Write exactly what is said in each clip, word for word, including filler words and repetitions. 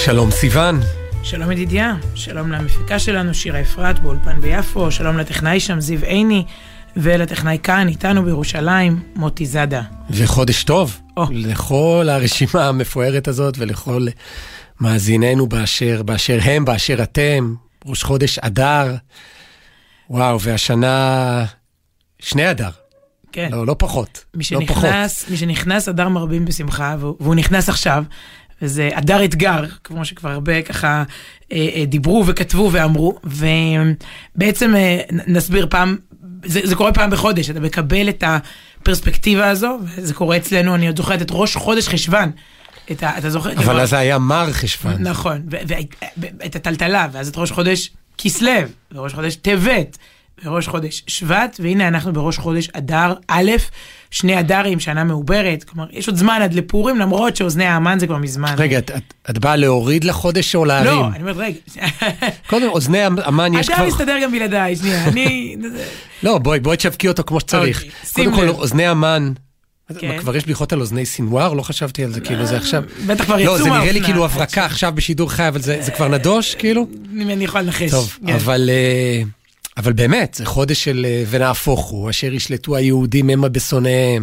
שלום סיוון. שלום ידידיה, שלום למפיקה שלנו שירה אפרת באולפן ביפו, שלום לטכנאי שם זיו עיני, ולטכנאי כאן איתנו בירושלים מוטי זאדה. וחודש טוב או. לכל הרשימה המפוארת הזאת ולכל מאזיננו באשר, באשר הם, באשר אתם, ראש חודש אדר, וואו, והשנה שני אדר. כן. לא, לא פחות. מי שנכנס, לא מי שנכנס אדר מרבים בשמחה, והוא נכנס עכשיו, וזה אדר אתגר, כמו שכבר הרבה ככה אה, אה, דיברו וכתבו ואמרו, ובעצם אה, נסביר פעם, זה, זה קורה פעם בחודש, אתה מקבל את הפרספקטיבה הזו, וזה קורה אצלנו, אני עוד זוכרת את ראש חודש חשבן, את ה, אתה זוכר? אבל אז זה היה מר חשבן. נכון, ואת הטלטלה, ואז את ראש חודש כסלב, וראש חודש טבת, וראש חודש שבט, והנה אנחנו בראש חודש אדר א', שני אדרים, שנה מעוברת, כלומר, יש עוד זמן עד לפורים, למרות שאוזני האמן זה כבר מזמן. רגע, את, את, את באה להוריד לחודש או להרים? לא, אני אומרת, רגע. קודם, אוזני האמן יש כבר... אדם מסתדר גם בלעדיי, שנייה, אני... לא, בואי, בואי תשווקי אותו כמו שצריך. קודם כל, אוזני האמן... כבר יש בדיחות על אוזני סינואר, לא חשבתי על זה, כאילו זה עכשיו... בטח כבר יצאו מהאופנה. לא, זה נראה לי כאילו מהאופנה. הברקה עכשיו בשידור חי, אבל זה כבר נדוש, כאילו? אני יכול לנחש. טוב, אבל... אבל באמת, זה חודש של ונהפוך הוא, אשר ישלטו היהודים המה בשונאיהם.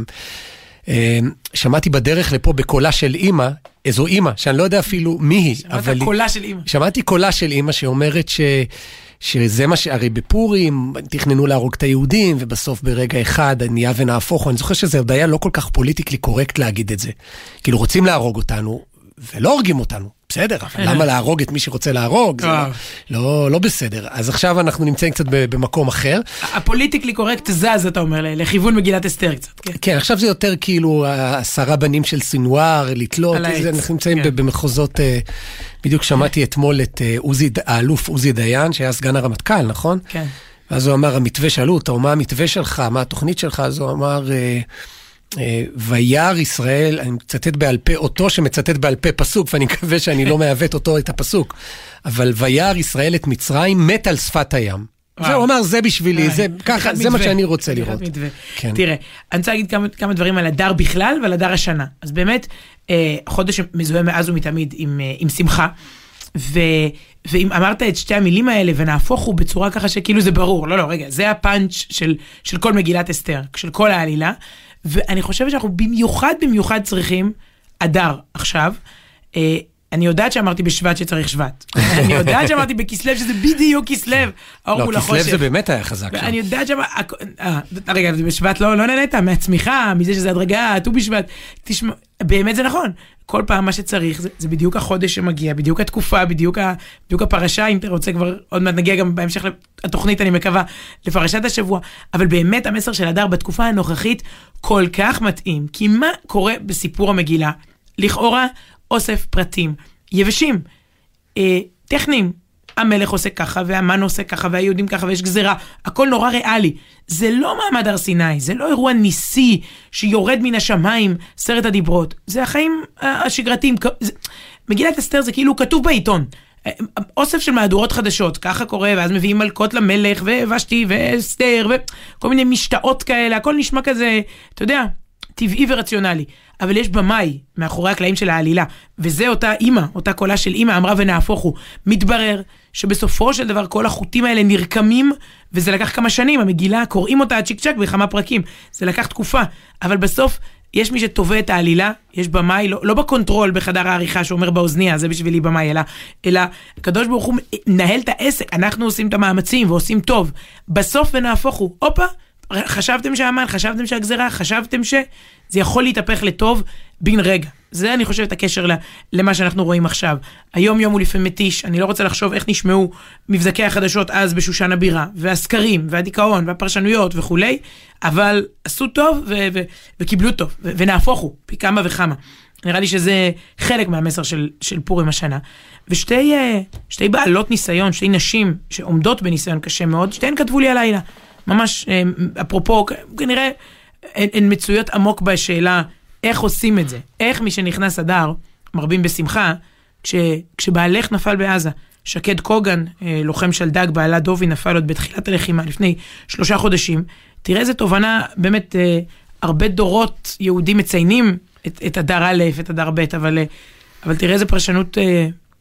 שמעתי בדרך לפה בקולה של אמא, איזו אמא, שאני לא יודע אפילו מי היא. שמעת קולה של אמא. שמעתי קולה של אמא שאומרת ש... שזה מה ש... הרי בפורים תכננו להרוג את היהודים, ובסוף ברגע אחד נהיה ונהפוך הוא. אני זוכר שזה עוד היה לא כל כך פוליטיקלי קורקט להגיד את זה. כאילו רוצים להרוג אותנו, ולא הורגים אותנו. בסדר, אבל למה להרוג את מי שרוצה להרוג? זה לא, לא בסדר. אז עכשיו אנחנו נמצאים קצת במקום אחר. הפוליטיקלי קורקט זז, אתה אומר, לכיוון מגילת אסתר קצת. כן, עכשיו זה יותר כאילו עשרה בנים של סינואר, לתלות, אנחנו נמצאים במחוזות, בדיוק שמעתי אתמול את האלוף עוזי דיין, שהיה סגן הרמטכ"ל, נכון? כן. אז הוא אמר, המתווה שאלו אותו, מה המתווה שלך, מה התוכנית שלך? אז הוא אמר... וירא ישראל, אני מצטט בעל פה אותו שמצטט בעל פה פסוק, ואני מקווה שאני לא מעוות אותו את הפסוק, אבל וירא ישראל את מצרים, מת על שפת הים. והוא אמר, זה בשבילי, זה ככה, זה מה שאני רוצה לראות. תראה, אני רוצה להגיד כמה דברים על הדר בכלל ועל הדר השנה. אז באמת, חודש מזוהה מאז ומתמיד עם שמחה, ואם אמרת את שתי המילים האלה ונהפוך הוא בצורה ככה שכאילו זה ברור, לא, לא, רגע, זה הפאנץ' של כל מגילת אסתר, של כל העלילה, ואני חושבת שאנחנו במיוחד, במיוחד צריכים אדר עכשיו. אה, אני יודעת שאמרתי בשבט שצריך שבט. אני יודעת שאמרתי בכסלב שזה בדיוק כסלב. לא, כסלב זה באמת היה חזק. אני יודעת שאמרתי... רגע, בשבט לא נהנית מהצמיחה, מזה שזה הדרגה, ט"ו בשבט. תשמע, באמת זה נכון. כל פעם מה שצריך, זה, זה בדיוק החודש שמגיע, בדיוק התקופה, בדיוק, ה, בדיוק הפרשה, אם אתה רוצה כבר, עוד מעט נגיע גם בהמשך לתוכנית, אני מקווה, לפרשת השבוע, אבל באמת המסר של הדר בתקופה הנוכחית כל כך מתאים, כי מה קורה בסיפור המגילה? לכאורה, אוסף פרטים, יבשים, אה, טכניים, המלך עושה ככה, והמן עושה ככה, והיהודים ככה, ויש גזירה, הכל נורא ריאלי. זה לא מעמד הר סיני, זה לא אירוע ניסי שיורד מן השמיים, סרט הדיברות. זה החיים השגרתיים. זה, מגילת אסתר זה כאילו כתוב בעיתון. אוסף של מהדורות חדשות, ככה קורה, ואז מביאים מלכות למלך, ושתי, ואסתר, וכל מיני משתאות כאלה, הכל נשמע כזה, אתה יודע, טבעי ורציונלי. אבל יש במאי, מאחורי הקלעים של העלילה, וזה אותה אימא, אותה קולה של אימא, אמרה ונהפוך הוא. מתברר שבסופו של דבר כל החוטים האלה נרקמים, וזה לקח כמה שנים, המגילה, קוראים אותה צ'יק צ'ק בכמה פרקים, זה לקח תקופה, אבל בסוף יש מי שטובה את העלילה, יש במאי, לא, לא בקונטרול בחדר העריכה שאומר באוזניה, זה בשבילי במאי, אלא, אלא הקדוש ברוך הוא נהל את העסק, אנחנו עושים את המאמצים ועושים טוב, בסוף ונהפוך הוא, אופה, חשבתם שהאמן, חשבתם שהגזרה, חשבתם שזה יכול להתהפך לטוב בן רגע. זה אני חושב את הקשר למה שאנחנו רואים עכשיו. היום יום הוא לפעמים מתיש, אני לא רוצה לחשוב איך נשמעו מבזקי החדשות אז בשושן הבירה, והסקרים, והדיכאון, והפרשנויות וכו', אבל עשו טוב ו- ו- וקיבלו טוב, ו- ונהפוך הוא, פי כמה וכמה. נראה לי שזה חלק מהמסר של, של פורים השנה. ושתי שתי בעלות ניסיון, שתי נשים שעומדות בניסיון קשה מאוד, שתיהן כתבו לי הלילה. ממש, אפרופו, כנראה, הן, הן מצויות עמוק בשאלה איך עושים את זה. איך מי שנכנס אדר, מרבים בשמחה, כש, כשבעלך נפל בעזה. שקד קוגן, לוחם שלדג, בעלה דובי, נפל עוד בתחילת הלחימה, לפני שלושה חודשים. תראה איזה תובנה, באמת, הרבה דורות יהודים מציינים את, את אדר א', את אדר ב', אבל, אבל תראה איזה פרשנות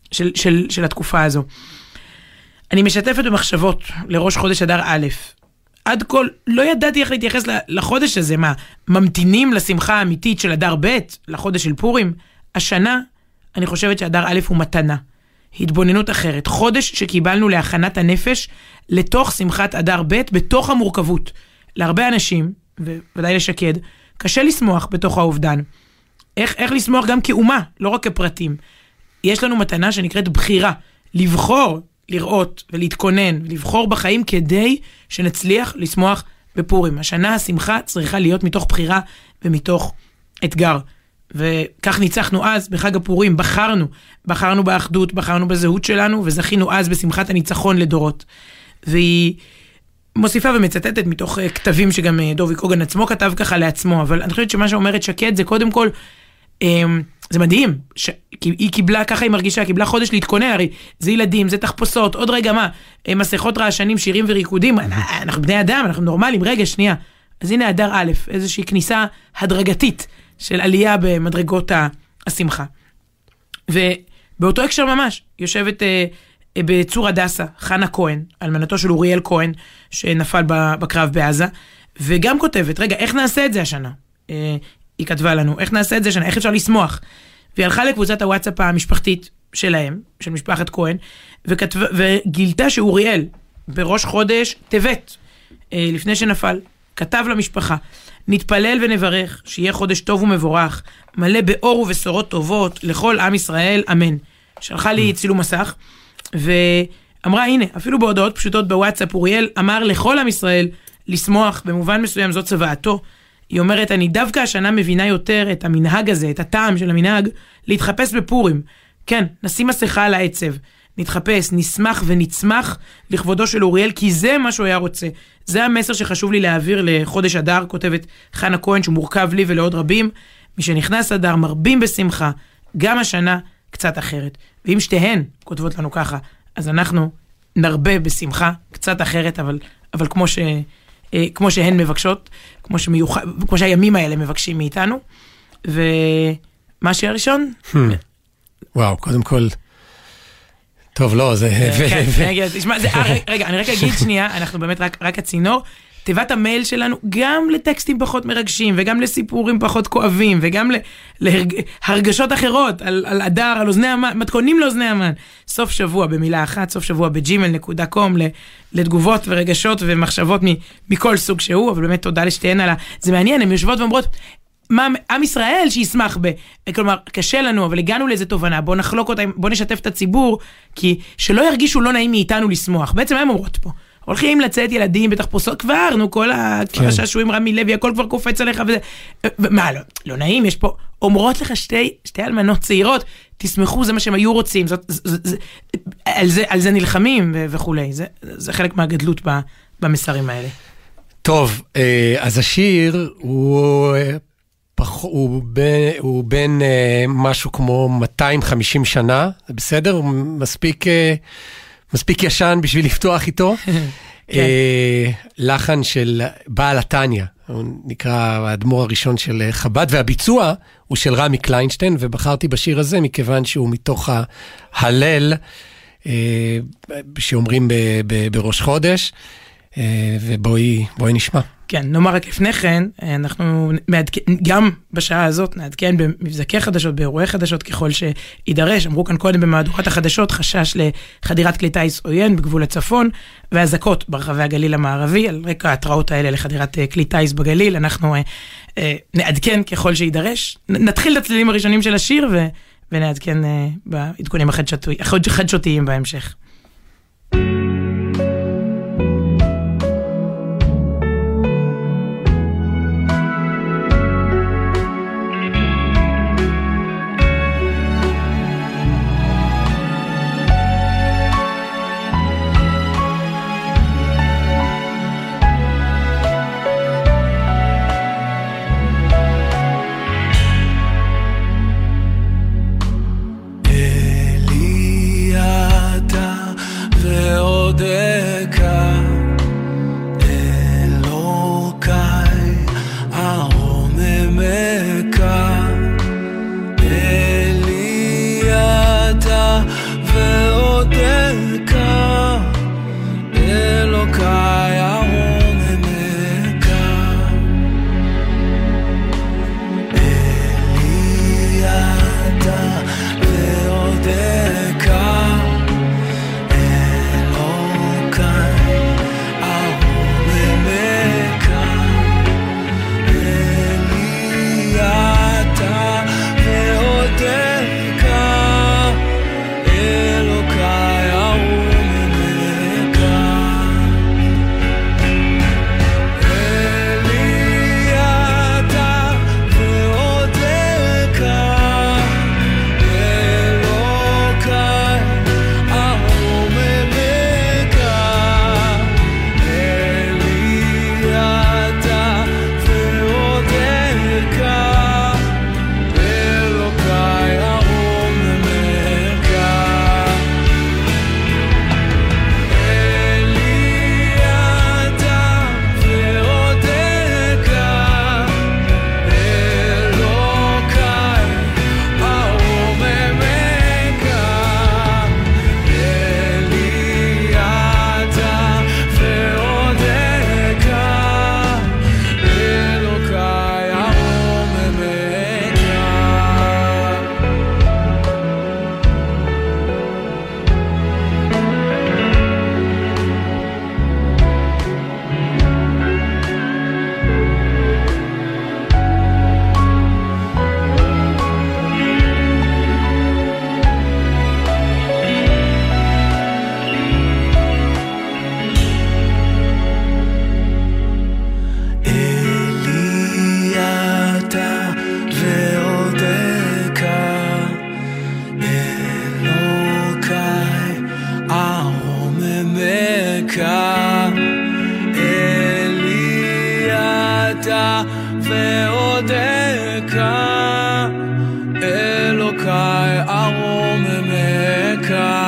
של, של, של התקופה הזו. אני משתפת במחשבות לראש חודש אדר א', עד כה לא ידעתי איך להתייחס לחודש הזה, מה, ממתינים לשמחה האמיתית של אדר ב', לחודש של פורים? השנה, אני חושבת שאדר א' הוא מתנה, התבוננות אחרת, חודש שקיבלנו להכנת הנפש, לתוך שמחת אדר ב', בתוך המורכבות. להרבה אנשים, וודאי לשקד, קשה לשמוח בתוך האובדן. איך, איך לשמוח גם כאומה, לא רק כפרטים. יש לנו מתנה שנקראת בחירה, לבחור, לראות ולהתכונן, לבחור בחיים כדי שנצליח לשמוח בפורים. השנה השמחה צריכה להיות מתוך בחירה ומתוך אתגר. וכך ניצחנו אז בחג הפורים, בחרנו, בחרנו באחדות, בחרנו בזהות שלנו, וזכינו אז בשמחת הניצחון לדורות. והיא מוסיפה ומצטטת מתוך כתבים שגם דובי קוגן עצמו כתב ככה לעצמו, אבל אני חושבת שמה שאומרת שקד זה קודם כל, זה מדהים, היא קיבלה, ככה היא מרגישה, קיבלה חודש להתכונן, הרי זה ילדים, זה תחפושות, עוד רגע מה, מסכות רעשנים, שירים וריקודים, אנחנו בני אדם, אנחנו נורמלים, רגע, שנייה. אז הנה אדר א', איזושהי כניסה הדרגתית של עלייה במדרגות השמחה. ובאותו הקשר ממש, יושבת בצור הדסה, חנה כהן, אלמנתו של אוריאל כהן, שנפל בקרב בעזה, וגם כותבת, רגע, איך נעשה את זה השנה? היא כתבה לנו, איך נעשה את זה השנה? איך אפשר לשמוח? והיא הלכה לקבוצת הוואטסאפ המשפחתית שלהם, של משפחת כהן, וכתב, וגילתה שאוריאל, בראש חודש טבת, לפני שנפל, כתב למשפחה, נתפלל ונברך, שיהיה חודש טוב ומבורך, מלא באור ובשורות טובות, לכל עם ישראל, אמן. שלחה לי צילום מסך, ואמרה, הנה, אפילו בהודעות פשוטות בוואטסאפ, אוריאל אמר לכל עם ישראל, לשמוח, במובן מסוים זאת צוואתו. היא אומרת, אני דווקא השנה מבינה יותר את המנהג הזה, את הטעם של המנהג, להתחפש בפורים. כן, נשים מסכה על העצב, נתחפש, נשמח ונצמח לכבודו של אוריאל, כי זה מה שהוא היה רוצה. זה המסר שחשוב לי להעביר לחודש אדר, כותבת חנה כהן, שהוא מורכב לי ולעוד רבים. מי שנכנס אדר, מרבים בשמחה, גם השנה קצת אחרת. ואם שתיהן כותבות לנו ככה, אז אנחנו נרבה בשמחה, קצת אחרת, אבל, אבל כמו ש... כמו שהן מבקשות, כמו, שמיוחד, כמו שהימים האלה מבקשים מאיתנו. ומה שיהיה ראשון? וואו, קודם כל, טוב, לא, זה... רגע, אני רק אגיד שנייה, אנחנו באמת רק הצינור, תיבת המייל שלנו, גם לטקסטים פחות מרגשים, וגם לסיפורים פחות כואבים, וגם להרגשות אחרות, על אדר, על אוזני המן, מתכונים לאוזני המן. סוף שבוע במילה אחת, סוף שבוע בג'ימל נקודה קום, לתגובות ורגשות ומחשבות מכל סוג שהוא, אבל באמת תודה לשתיהן על ה... זה מעניין, הן יושבות ואומרות, מה, עם ישראל שישמח ב... כלומר, קשה לנו, אבל הגענו לאיזה תובנה, בוא נחלוק אותה, בוא נשתף את הציבור, כי שלא ירגישו לא נעים מאיתנו לשמוח. בעצם מה הן אומרות פה? הולכים לצאת ילדים בתחפושות כבר, נו, כל השעשועים רמי לוי, הכל כבר קופץ עליך וזה. מה, לא, לא נעים, יש פה, אומרות לך שתי, שתי אלמנות צעירות, תשמחו, זה מה שהם היו רוצים, זאת, זה, זה, על זה, על זה נלחמים וכולי. זה, זה חלק מהגדלות במסרים האלה. טוב, אז השיר הוא, הוא בין, הוא בין משהו כמו מאתיים וחמישים שנה, זה בסדר? הוא מספיק... מספיק ישן בשביל לפתוח איתו. לחן של בעל התניא, הוא נקרא האדמו"ר הראשון של חב"ד, והביצוע הוא של רמי קליינשטיין, ובחרתי בשיר הזה מכיוון שהוא מתוך ההלל שאומרים בראש חודש, ובואי נשמע. כן, נאמר רק לפני כן, אנחנו גם בשעה הזאת נעדכן במבזקי חדשות, באירועי חדשות ככל שידרש. אמרו כאן קודם במהדורת החדשות, חשש לחדירת כלי טיס עוין בגבול הצפון, והזקות ברחבי הגליל המערבי, על רקע ההתראות האלה לחדירת כלי טיס בגליל. אנחנו נעדכן ככל שידרש. נתחיל את הצלילים הראשונים של השיר, ונעדכן בעדכונים החדשותיים בהמשך. Eliada ועודקה אלוקיי ארוממך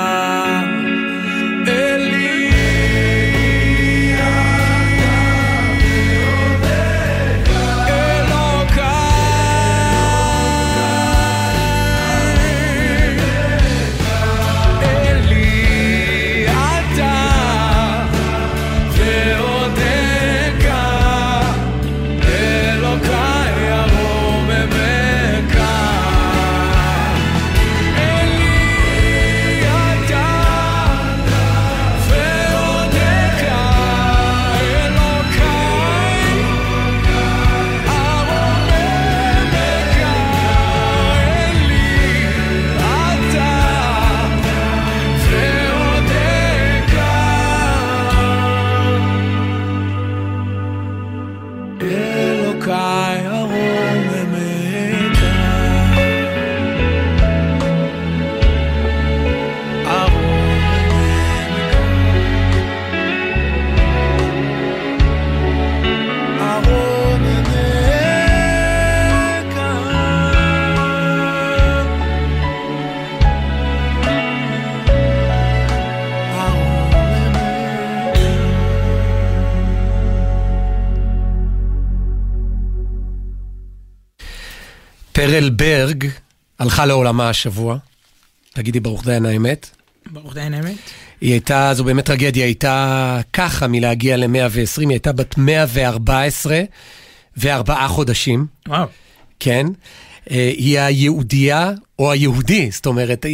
פרל ברג הלכה לעולמה השבוע. תגידי ברוך דיין האמת. ברוך דיין האמת. היא הייתה, זו באמת טרגדיה, הייתה ככה מלהגיע ל-מאה ועשרים, היא הייתה בת מאה וארבע עשרה וארבעה חודשים. וואו. כן. היא היהודייה או היהודי, זאת אומרת,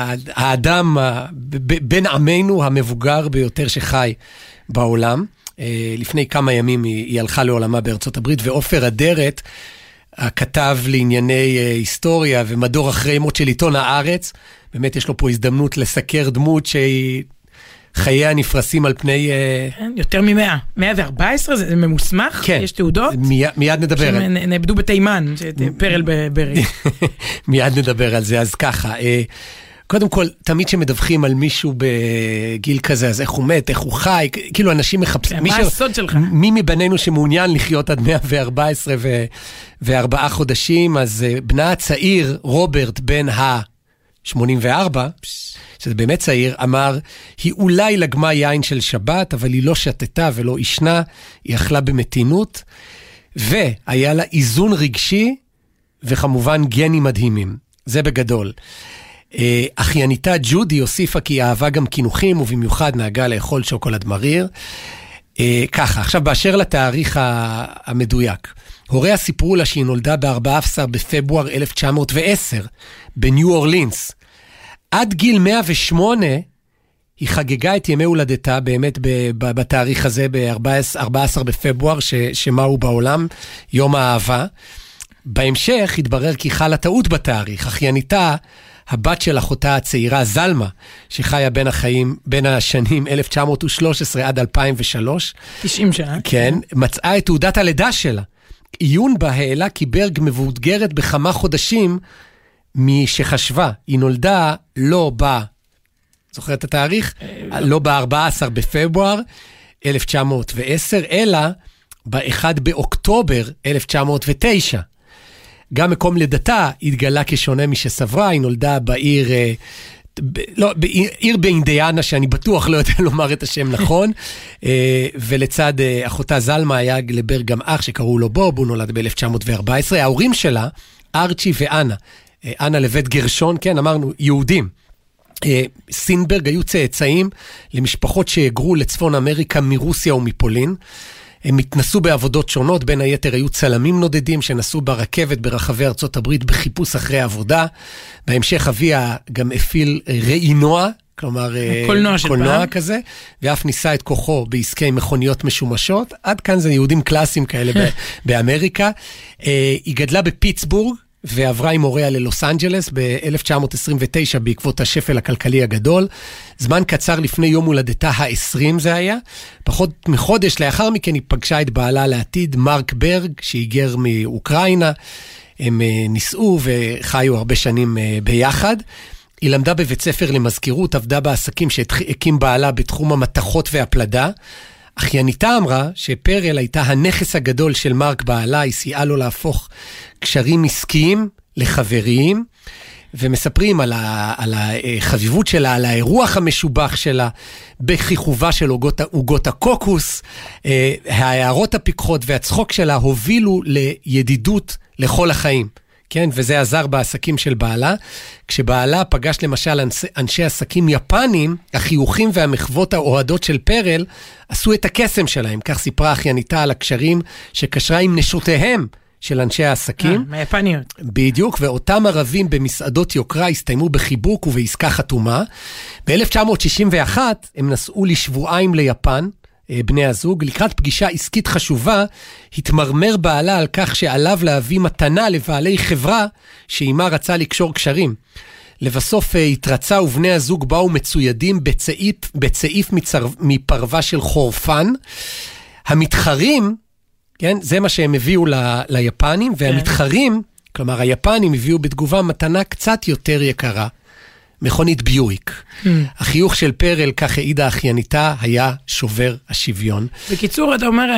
האדם בין עמנו המבוגר ביותר שחי בעולם. לפני כמה ימים היא הלכה לעולמה בארצות הברית, ואופר אדרת, הכתב לענייני היסטוריה ומדור אחרי מות של עיתון הארץ, באמת יש לו פה הזדמנות לסקר דמות שהיא חייה נפרסים על פני... יותר ממאה. מאה וארבע עשרה זה ממוסמך? כן. יש תעודות? מיד נדבר. שנאבדו בתימן, פרל ברג. מיד נדבר על זה, אז ככה. קודם כל, תמיד שמדווחים על מישהו בגיל כזה, אז איך הוא מת, איך הוא חי, כאילו אנשים מחפשים... מה הסוד שלך? מי מבנינו שמעוניין לחיות עד מאה וארבע עשרה וארבעה חודשים, אז בנה הצעיר, רוברט, בן ה-שמונים וארבע, שזה באמת צעיר, אמר, היא אולי לגמה יין של שבת, אבל היא לא שתתה ולא ישנה, היא אכלה במתינות, והיה לה איזון רגשי, וכמובן גנים מדהימים. זה בגדול. אחייניתה ג'ודי הוסיפה כי אהבה גם כינוחים, ובמיוחד נהגה לאכול שוקולד מריר. ככה, עכשיו באשר לתאריך המדויק. הוריה סיפרו לה שהיא נולדה ב-ארבעה עשר בפברואר אלף תשע מאות ועשר, בניו אורלינס. עד גיל מאה ושמונה, היא חגגה את ימי הולדתה באמת בתאריך הזה, ב-ארבעה עשר בפברואר, שמהו בעולם, יום האהבה. בהמשך התברר כי חלה טעות בתאריך. אחייניתה, הבת של אחותה הצעירה, זלמה, שחיה בין החיים, בין השנים אלף תשע מאות ושלוש עשרה עד אלפיים ושלוש. תשעים שנה. כן, מצאה את תעודת הלידה שלה. עיון בה העלה כי ברג מבוגרת בכמה חודשים משחשבה. היא נולדה לא ב... זוכרת את התאריך? לא ב-ארבעה עשר בפברואר אלף תשע מאות ועשר, אלא ב-אחד באוקטובר אלף תשע מאות ותשע. גם מקום לידתה התגלה כשונה משסברה, היא נולדה בעיר, ב, לא, בעיר, עיר באינדיאנה, שאני בטוח לא יודע לומר את השם נכון, ולצד אחותה זלמה היה לברג גם אח שקראו לו בוב, הוא נולד ב-אלף תשע מאות וארבע עשרה, ההורים שלה, ארצ'י ואנה, אנה לבית גרשון, כן, אמרנו, יהודים. סינברג היו צאצאים למשפחות שהגרו לצפון אמריקה מרוסיה ומפולין, הם התנסו בעבודות שונות, בין היתר היו צלמים נודדים שנסעו ברכבת ברחבי ארצות הברית בחיפוש אחרי עבודה. בהמשך אביה גם הפיל ראינוע, כלומר קולנוע, קולנוע כזה, ואף ניסה את כוחו בעסקי מכוניות משומשות. עד כאן זה יהודים קלאסיים כאלה באמריקה. היא גדלה בפיטסבורג, ועברה עם הוריה ללוס אנג'לס ב-אלף תשע מאות עשרים ותשע בעקבות השפל הכלכלי הגדול. זמן קצר לפני יום הולדתה ה-עשרים זה היה. פחות מחודש לאחר מכן היא פגשה את בעלה לעתיד, מרק ברג, שהיגר מאוקראינה. הם נישאו וחיו הרבה שנים ביחד. היא למדה בבית ספר למזכירות, עבדה בעסקים שהקים בעלה בתחום המתכות והפלדה. אחייניתה אמרה שפרל הייתה הנכס הגדול של מרק בעלה, היא סייעה לו להפוך קשרים עסקיים לחבריים, ומספרים על, ה, על החביבות שלה, על האירוח המשובח שלה, בכיכובה של עוגות, עוגות הקוקוס, ההערות הפיקחות והצחוק שלה הובילו לידידות לכל החיים. כן, וזה עזר בעסקים של בעלה. כשבעלה פגש למשל אנשי, אנשי עסקים יפנים, החיוכים והמחוות האוהדות של פרל עשו את הקסם שלהם. כך סיפרה אחייניתה על הקשרים שקשרה עם נשותיהם של אנשי העסקים. מהיפניות. בדיוק, ואותם ערבים במסעדות יוקרה הסתיימו בחיבוק ובעסקה חתומה. ב-אלף תשע מאות שישים ואחת הם נסעו לשבועיים ליפן, בני הזוג, לקראת פגישה עסקית חשובה, התמרמר בעלה על כך שעליו להביא מתנה לבעלי חברה שעימה רצה לקשור קשרים. לבסוף התרצה ובני הזוג באו מצוידים בצעיף, בצעיף מצר, מפרווה של חורפן. המתחרים, כן, זה מה שהם הביאו ל, ליפנים, והמתחרים, כלומר היפנים הביאו בתגובה מתנה קצת יותר יקרה. מכונית ביואיק. Mm. החיוך של פרל, כך העידה אחייניתה, היה שובר השוויון. בקיצור, אתה אומר,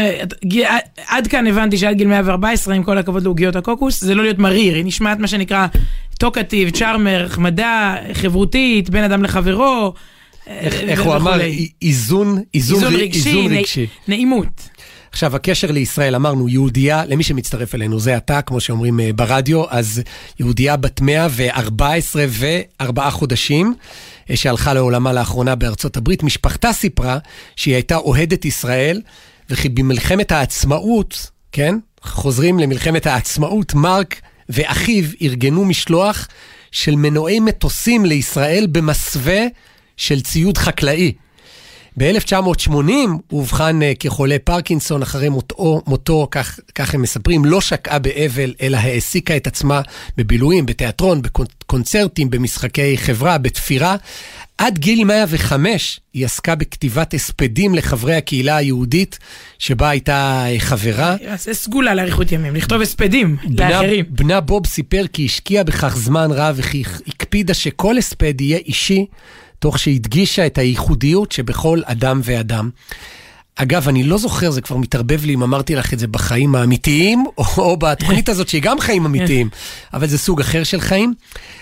עד כאן הבנתי שעד גיל מאה וארבע עשרה, עם כל הכבוד לעוגיות הקוקוס, זה לא להיות מריר, היא נשמעת מה שנקרא טוקטיב, צ'ארמר, חמדה, חברותית, בין אדם לחברו. איך, איך הוא אמר? איזון, איזון, איזון רגשי, איזון רגשי. נעימות. עכשיו, הקשר לישראל, אמרנו, יהודיה, למי שמצטרף אלינו, זה אתה, כמו שאומרים ברדיו, אז יהודיה בת מאה וארבע עשרה וארבעה חודשים, שהלכה לעולמה לאחרונה בארצות הברית. משפחתה סיפרה שהיא הייתה אוהדת ישראל, וכי במלחמת העצמאות, כן, חוזרים למלחמת העצמאות, מרק ואחיו ארגנו משלוח של מנועי מטוסים לישראל במסווה של ציוד חקלאי. ב-אלף תשע מאות שמונים הוא הובחן כחולה פרקינסון, אחרי מותו, מותו כך, כך הם מספרים, לא שקעה באבל, אלא העסיקה את עצמה בבילויים, בתיאטרון, בקונצרטים, במשחקי חברה, בתפירה. עד גיל מאה וחמש היא עסקה בכתיבת הספדים לחברי הקהילה היהודית, שבה הייתה חברה. זה סגולה לאריכות ימים, לכתוב הספדים בנה, לאחרים. בנה בוב סיפר כי השקיע בכך זמן רב, וכי הקפידה שכל הספד יהיה אישי, תוך שהדגישה את הייחודיות שבכל אדם ואדם. אגב, אני לא זוכר, זה כבר מתערבב לי אם אמרתי לך את זה בחיים האמיתיים, או, או בתוכנית הזאת שהיא גם חיים אמיתיים, אבל זה סוג אחר של חיים.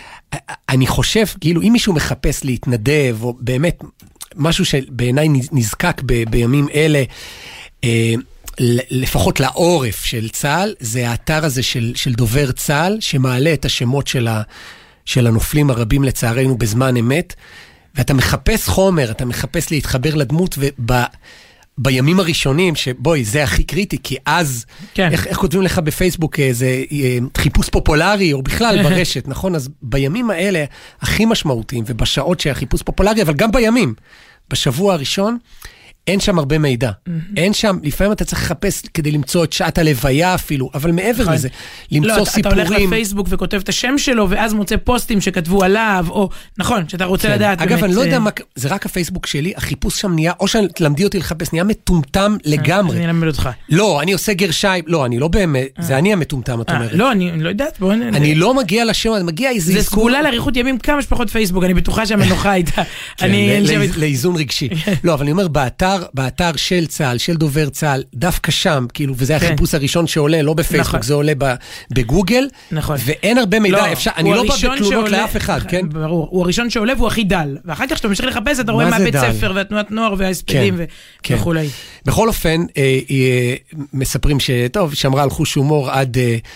אני חושב, כאילו, אם מישהו מחפש להתנדב, או באמת משהו שבעיניי נזקק ב, בימים אלה, אה, לפחות לעורף של צה"ל, זה האתר הזה של, של דובר צה"ל, שמעלה את השמות של, ה, של הנופלים הרבים לצערנו בזמן אמת, ואתה מחפש חומר, אתה מחפש להתחבר לדמות, ובימים הראשונים, שבואי, זה הכי קריטי, כי אז, כן. איך, איך כותבים לך בפייסבוק איזה חיפוש פופולרי, או בכלל ברשת, נכון? אז בימים האלה, הכי משמעותיים, ובשעות שהחיפוש פופולרי, אבל גם בימים, בשבוע הראשון, אין שם הרבה מידע. אין שם, לפעמים אתה צריך לחפש כדי למצוא את שעת הלוויה אפילו, אבל מעבר לזה, למצוא סיפורים. אתה הולך לפייסבוק וכותב את השם שלו, ואז מוצא פוסטים שכתבו עליו, או נכון, שאתה רוצה לדעת. אגב, אני לא יודע מה, זה רק הפייסבוק שלי, החיפוש שם נהיה, או שלמדי אותי לחפש, נהיה מטומטם לגמרי. אני אלמד אותך. לא, אני עושה גרשיים, לא, אני לא באמת, זה אני המטומטם, את אומרת. לא, אני לא יודעת, בואו נ... אני לא מגיע לשם, אני מגיע איזה... זה סגולה לאריכות ימים, כמה שפחות פייסבוק, אני בטוחה שהמנוחה הייתה. לאיזון רגשי. לא, אבל אני אומר, באתר, באתר של צה"ל, של דובר צה"ל, דווקא שם, כאילו, וזה החיפוש הראשון שעולה, לא בפייסבוק, זה עולה בגוגל, ואין הרבה מידע, אני לא בא בתלונות לאף אחד, כן? ברור, הוא הראשון שעולה והוא הכי דל, ואחר כך שאתה ממשיך לחפש, אתה רואה מה בית ספר, והתנועת נוער, וההספדים, וכו'. בכל אופן, מספרים שטוב, שמרה על חוש הומור עד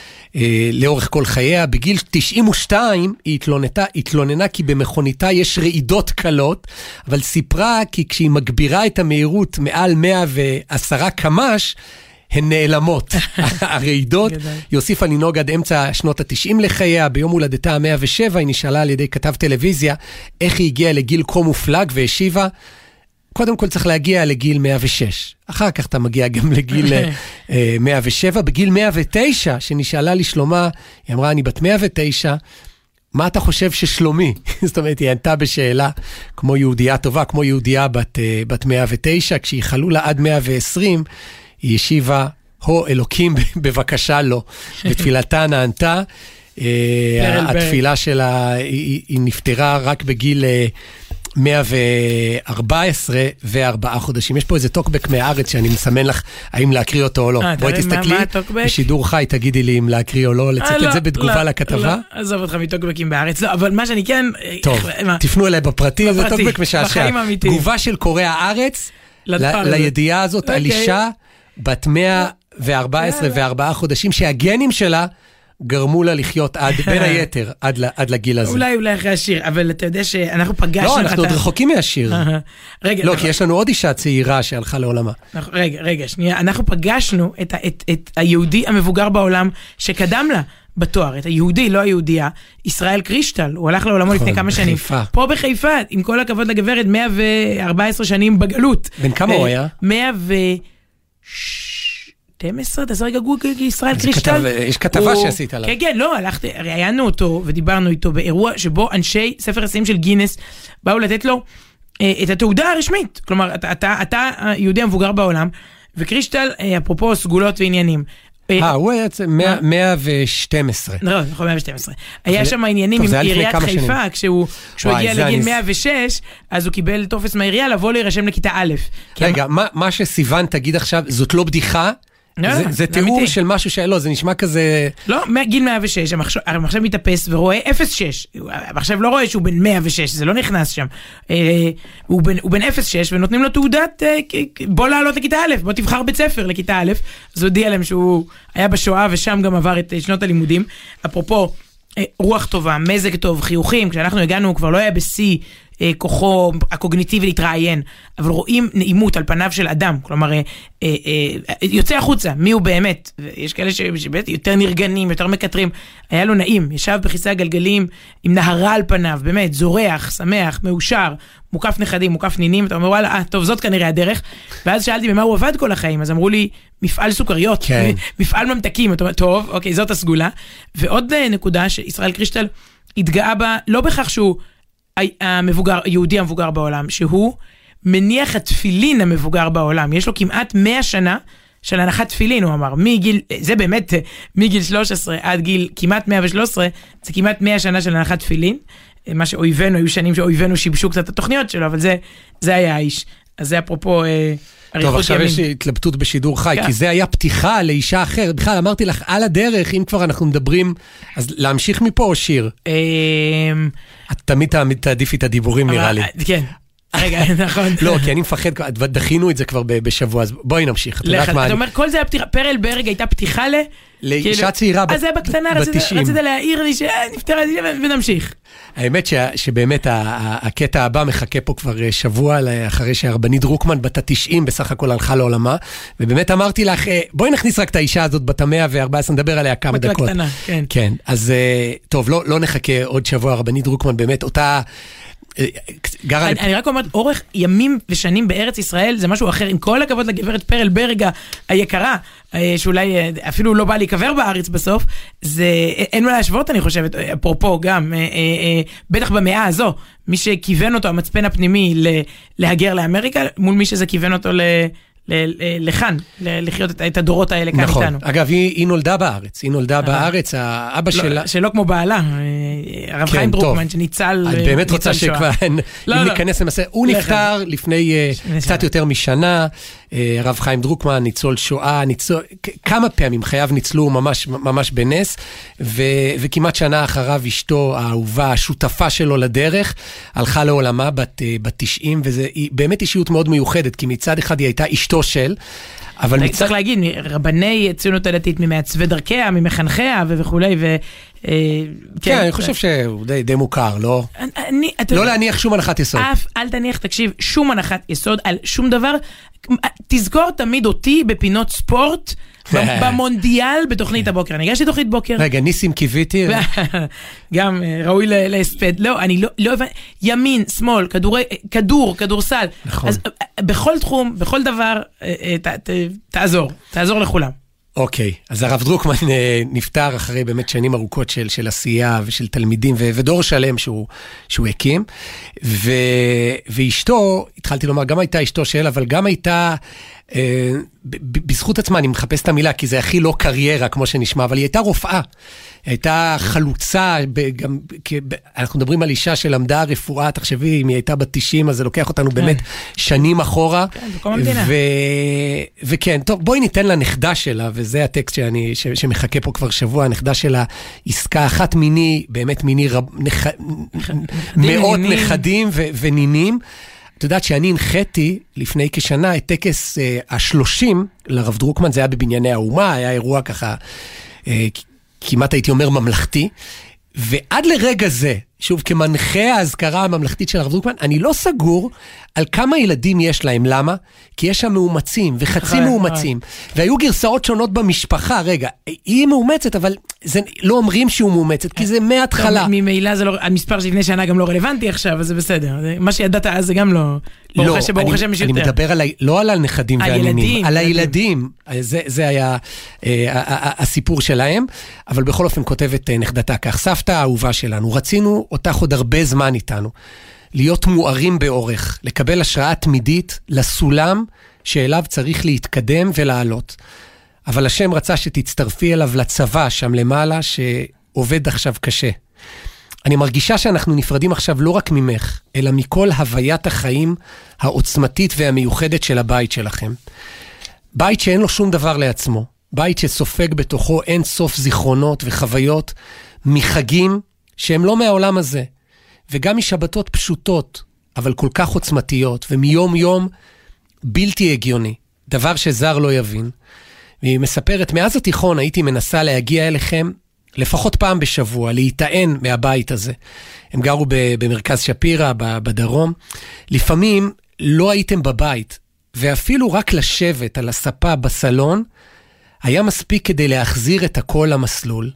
לאורך כל חייה, בגיל תשעים ושתיים היא התלוננה כי במכוניתה יש רעידות קלות, אבל סיפרה כי כשהיא מגבירה את המהירות מעל מאה ועשרה קמ"ש, הן נעלמות. הרעידות, היא הוסיפה לנהוג עד אמצע שנות התשעים לחייה, ביום הולדתה ה-מאה ושבע, היא נשאלה על ידי כתב טלוויזיה, איך היא הגיעה לגיל כה מופלג, והשיבה, קודם כל צריך להגיע לגיל מאה ושש. אחר כך אתה מגיע גם לגיל מאה ושבע. בגיל מאה ותשע, שנשאלה לשלומה, היא אמרה, אני בת מאה ותשע, מה אתה חושב ששלומי? זאת אומרת, היא ענתה בשאלה, כמו יהודייה טובה, כמו יהודייה בת, בת מאה ותשע, כשהיא חלו לה עד מאה ועשרים, היא ישיבה, הו אלוקים, בבקשה לו. בתפילתה נענתה, התפילה שלה, היא, היא נפטרה רק בגיל... מאה וארבע עשרה וארבעה חודשים. יש פה איזה טוקבק מהארץ שאני מסמן לך האם להקריא אותו או לא. בואי תסתכלי, בשידור חי תגידי לי אם להקריא או לא, לצאת את זה בתגובה לכתבה. עזוב אותך מטוקבקים בארץ, לא, אבל מה שאני כן... טוב, תפנו אליי בפרטי, זה טוקבק משעשע. תגובה של קורא הארץ לידיעה הזאת על אישה בת מאה וארבע עשרה וארבעה חודשים, שהגנים שלה גרמו לה לחיות עד, בין היתר, עד, עד לגיל הזה. אולי, אולי אחרי השיר, אבל אתה יודע שאנחנו פגשנו... לא, אנחנו עוד רחוקים מהשיר. רגע. לא, כי יש לנו עוד אישה צעירה שהלכה לעולמה. רגע, רגע, שנייה, אנחנו פגשנו את, את, את היהודי המבוגר בעולם שקדם לה בתואר, את היהודי, לא היהודייה, ישראל קרישטל, הוא הלך לעולמו לפני כמה שנים. פה בחיפה, עם כל הכבוד לגברת, מאה וארבע עשרה שנים בגלות. בן כמה הוא היה? מאה ו... שתים עשרה, תעשה רגע גוגל ישראל קרישטל. יש כתבה שעשית עליו. כן, כן, לא, הלכתי, ראיינו אותו ודיברנו איתו באירוע שבו אנשי ספר השיאים של גינס באו לתת לו את התעודה הרשמית. כלומר, אתה היהודי המבוגר בעולם, וקרישטל, אפרופו סגולות ועניינים. אה, הוא היה מאה ושתים עשרה. לא, נכון, מאה ושתים עשרה. היה שם העניינים עם עיריית חיפה, כשהוא הגיע לגיל מאה ושש, אז הוא קיבל טופס מהעירייה לבוא להירשם לכיתה א'. רגע, מה שסיוון תגיד עכשיו, זאת לא בדיחה? זה תיאור של משהו שלא, זה נשמע כזה... לא, גיל מאה ושש, המחשב מתאפס ורואה אפס שש. המחשב לא רואה שהוא בן מאה ושש, זה לא נכנס שם. הוא בן אפס שש ונותנים לו תעודת, בוא לעלות לכיתה א', בוא תבחר בית ספר לכיתה א', אז הוא הודיע להם שהוא היה בשואה ושם גם עבר את שנות הלימודים. אפרופו, רוח טובה, מזג טוב, חיוכים, כשאנחנו הגענו הוא כבר לא היה בסי, כוחו הקוגניטיבי להתראיין, אבל רואים נעימות על פניו של אדם, כלומר, יוצא החוצה, מי הוא באמת, יש כאלה שבאמת יותר נרגנים, יותר מקטרים, היה לו נעים, ישב בכיסא הגלגלים עם נהרה על פניו, באמת, זורח, שמח, מאושר, מוקף נכדים, מוקף נינים, אתה אומר, וואלה, אה, טוב, זאת כנראה הדרך, ואז שאלתי במה הוא עבד כל החיים, אז אמרו לי, מפעל סוכריות, כן. מפעל ממתקים, אתה אומר, טוב, אוקיי, זאת הסגולה, ועוד נקודה שישראל קרישטל התגאה בה, לא בכך שהוא המבוגר, היהודי המבוגר בעולם, שהוא מניח התפילין המבוגר בעולם. יש לו כמעט מאה שנה של הנחת תפילין, הוא אמר. מגיל, זה באמת, מגיל שלוש עשרה עד גיל כמעט מאה ושלוש עשרה, זה כמעט מאה שנה של הנחת תפילין. מה שאויבנו, היו שנים שאויבנו שיבשו קצת את התוכניות שלו, אבל זה, זה היה האיש. אז זה אפרופו... טוב, עכשיו יש התלבטות בשידור חי, כי זה היה פתיחה לאישה אחרת. בכלל, אמרתי לך, על הדרך, אם כבר אנחנו מדברים, אז להמשיך מפה או שיר? את תמיד תעדיפי את הדיבורים, נראה לי. כן. רגע, נכון. לא, כי אני מפחד, דחינו את זה כבר בשבוע, אז בואי נמשיך. אתה אומר, כל זה היה פתיחה, פרל ברג הייתה פתיחה ל... לאישה צעירה בת תשעים. אז זה בקטנה, רצית להעיר לי שנפטרה ונמשיך. האמת שבאמת הקטע הבא מחכה פה כבר שבוע, אחרי שהרבנית דרוקמן בת ה-תשעים בסך הכל הלכה לעולמה, ובאמת אמרתי לך, בואי נכניס רק את האישה הזאת בת ה-מאה וארבע עשרה, נדבר עליה כמה דקות. בקטנה, כן. כן, אז טוב, לא נחכה עוד שבוע, הרבנית דרוקמן באמת אותה... אני רק אומרת, אורך ימים ושנים בארץ ישראל זה משהו אחר, עם כל הכבוד לגברת פרל ברגה היקרה, שאולי אפילו לא בא להיקבר בארץ בסוף, זה אין מה להשוות, אני חושבת, אפרופו גם, בטח במאה הזו, מי שכיוון אותו, המצפן הפנימי להגר לאמריקה, מול מי שזה כיוון אותו לכאן, לחיות את הדורות האלה כאן איתנו. נכון, אגב, היא נולדה בארץ, היא נולדה בארץ, האבא שלה... שלא כמו בעלה, הרב חיים דרוקמן, שניצל... את באמת רוצה שכבר, אם ניכנס למעשה, הוא נפטר לפני קצת יותר משנה, הרב חיים דרוקמן, ניצול שואה, כמה פעמים חייו ניצלו ממש בנס, וכמעט שנה אחריו אשתו האהובה, השותפה שלו לדרך, הלכה לעולמה בת תשעים, וזה באמת אישיות מאוד מיוחדת, כי מצד אחד היא הייתה אשתו של, אבל מצד... צריך להגיד, רבני ציונות הדתית ממעצבי דרכיה, ממחנכיה וכולי, ו... כן, אני חושב שהוא די מוכר, לא? לא להניח שום הנחת יסוד. אף, אל תניח, תקשיב, שום הנחת יסוד על שום דבר. תזכור תמיד אותי בפינות ספורט, במונדיאל בתוכנית הבוקר. אני הגשתי תוכנית בוקר. רגע, ניסים קיוויתי. גם ראוי להספד. לא, אני לא הבנתי. ימין, שמאל, כדור, כדורסל. נכון. אז בכל תחום, בכל דבר, תעזור. תעזור לכולם. אוקיי, אז הרב דרוקמן נפטר אחרי באמת שנים ארוכות של, של עשייה ושל תלמידים ו, ודור שלם שהוא, שהוא הקים, ו, ואשתו, התחלתי לומר, גם הייתה אשתו של, אבל גם הייתה בזכות עצמה, אני מחפש את המילה, כי זה הכי לא קריירה, כמו שנשמע, אבל היא הייתה רופאה, היא הייתה חלוצה, גם, אנחנו מדברים על אישה שלמדה רפואה, תחשבי, אם היא הייתה בת תשעים, אז זה לוקח אותנו באמת שנים אחורה. כן, בכל המדינה. וכן, טוב, בואי ניתן לנכדה שלה, וזה הטקסט שאני, שמחכה פה כבר שבוע, הנכדה שלה, עסקה אחת מיני, באמת מיני רב, נח, מאות נכדים ונינים. את יודעת שאני הנחיתי לפני כשנה את טקס אה, השלושים לרב דרוקמן, זה היה בבנייני האומה, היה אירוע ככה, אה, כמעט הייתי אומר ממלכתי, ועד לרגע זה, שוב כמנחה ההזכרה הממלכתית של הרב דרוקמן, אני לא סגור על כמה ילדים יש להם, למה? כי יש שם מאומצים וחצי מאומצים, והיו גרסאות שונות במשפחה, רגע, היא מאומצת, אבל זה, לא אומרים שהוא מאומצת, כי זה מההתחלה. ממילא זה לא, המספר שלפני שנה גם לא רלוונטי עכשיו, אז זה בסדר. מה שידעת אז זה גם לא... לא, אני מדבר לא על הנכדים והנינים, על הילדים, זה היה הסיפור שלהם, אבל בכל אופן כותבת נכדתה כך, סבתא האהובה שלנו, רצינו אותך עוד הרבה זמן איתנו, להיות מוארים באורך, לקבל השראה תמידית לסולם שאליו צריך להתקדם ולעלות. אבל השם רצה שתצטרפי אליו לצבא שם למעלה, שעובד עכשיו קשה. אני מרגישה שאנחנו נפרדים עכשיו לא רק ממך, אלא מכל הוויית החיים העוצמתית והמיוחדת של הבית שלכם. בית שאין לו שום דבר לעצמו. בית שסופג בתוכו אין סוף זיכרונות וחוויות מחגים שהם לא מהעולם הזה. וגם משבתות פשוטות, אבל כל כך עוצמתיות, ומיום יום בלתי הגיוני. דבר שזר לא יבין. והיא מספרת, מאז התיכון הייתי מנסה להגיע אליכם, לפחות פעם בשבוע, להיטען מהבית הזה. הם גרו במרכז שפירה, בדרום. לפעמים לא הייתם בבית, ואפילו רק לשבת על הספה בסלון, היה מספיק כדי להחזיר את הכל למסלול.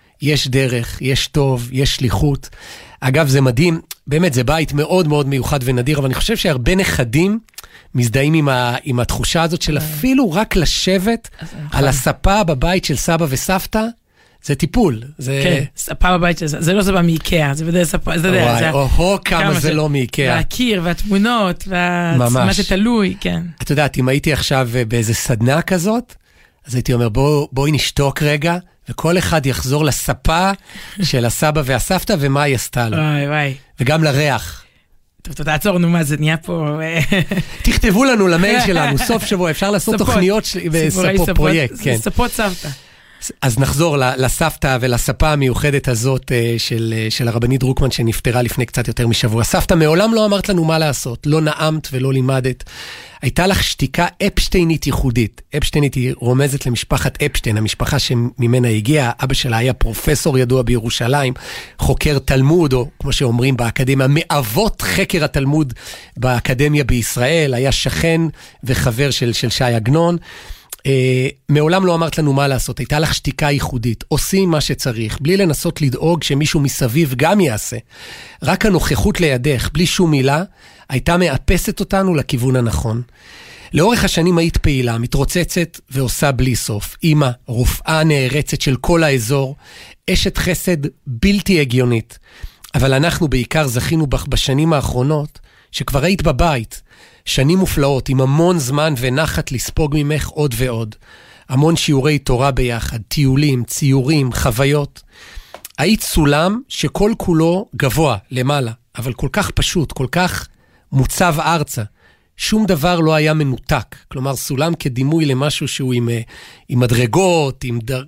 יש דרך, יש טוב, יש שליחות. אגב, זה מדהים, באמת זה בית מאוד מאוד מיוחד ונדיר, אבל אני חושב שהרבה נכדים מזדהים עם, ה, עם התחושה הזאת של אפילו רק לשבת על הספה בבית של סבא וסבתא, זה טיפול. זה... כן, ספה בבית של זה, זה לא ספה מאיקאה, זה בדרך ספה, זה יודע. וואי, או כמה זה לא מאיקאה. והקיר והתמונות, ומה שתלוי, כן. את יודעת, אם הייתי עכשיו באיזה סדנה כזאת, אז הייתי אומר, בוא, בואי נשתוק רגע, וכל אחד יחזור לספה של הסבא והסבתא, ומה היא עשתה לו. וואי, וואי. וגם לריח. טוב, תעצור, נו מה, זה נהיה פה... תכתבו לנו למייל שלנו, סוף שבוע, אפשר לעשות תוכניות וספות פרויקט. ספות סבתא. אז נחזור לסבתא ולספה המיוחדת הזאת של, של הרבנית דרוקמן שנפטרה לפני קצת יותר משבוע. סבתא, מעולם לא אמרת לנו מה לעשות, לא נעמת ולא לימדת. הייתה לך שתיקה אפשטיינית ייחודית. אפשטיינית היא רומזת למשפחת אפשטיין, המשפחה שממנה הגיעה. אבא שלה היה פרופסור ידוע בירושלים, חוקר תלמוד, או כמו שאומרים באקדמיה, מאבות חקר התלמוד באקדמיה בישראל, היה שכן וחבר של, של שי עגנון. Uh, מעולם לא אמרת לנו מה לעשות, הייתה לך שתיקה ייחודית, עושים מה שצריך, בלי לנסות לדאוג שמישהו מסביב גם יעשה. רק הנוכחות לידך, בלי שום מילה, הייתה מאפסת אותנו לכיוון הנכון. לאורך השנים היית פעילה, מתרוצצת ועושה בלי סוף. אמא, רופאה נערצת של כל האזור, אשת חסד בלתי הגיונית. אבל אנחנו בעיקר זכינו בך בשנים האחרונות, שכבר היית בבית, שנים מופלאות, עם המון זמן ונחת לספוג ממך עוד ועוד. המון שיעורי תורה ביחד, טיולים, ציורים, חוויות. היית סולם שכל כולו גבוה, למעלה, אבל כל כך פשוט, כל כך מוצב ארצה. שום דבר לא היה מנותק. כלומר, סולם כדימוי למשהו שהוא עם, עם מדרגות, עם דר...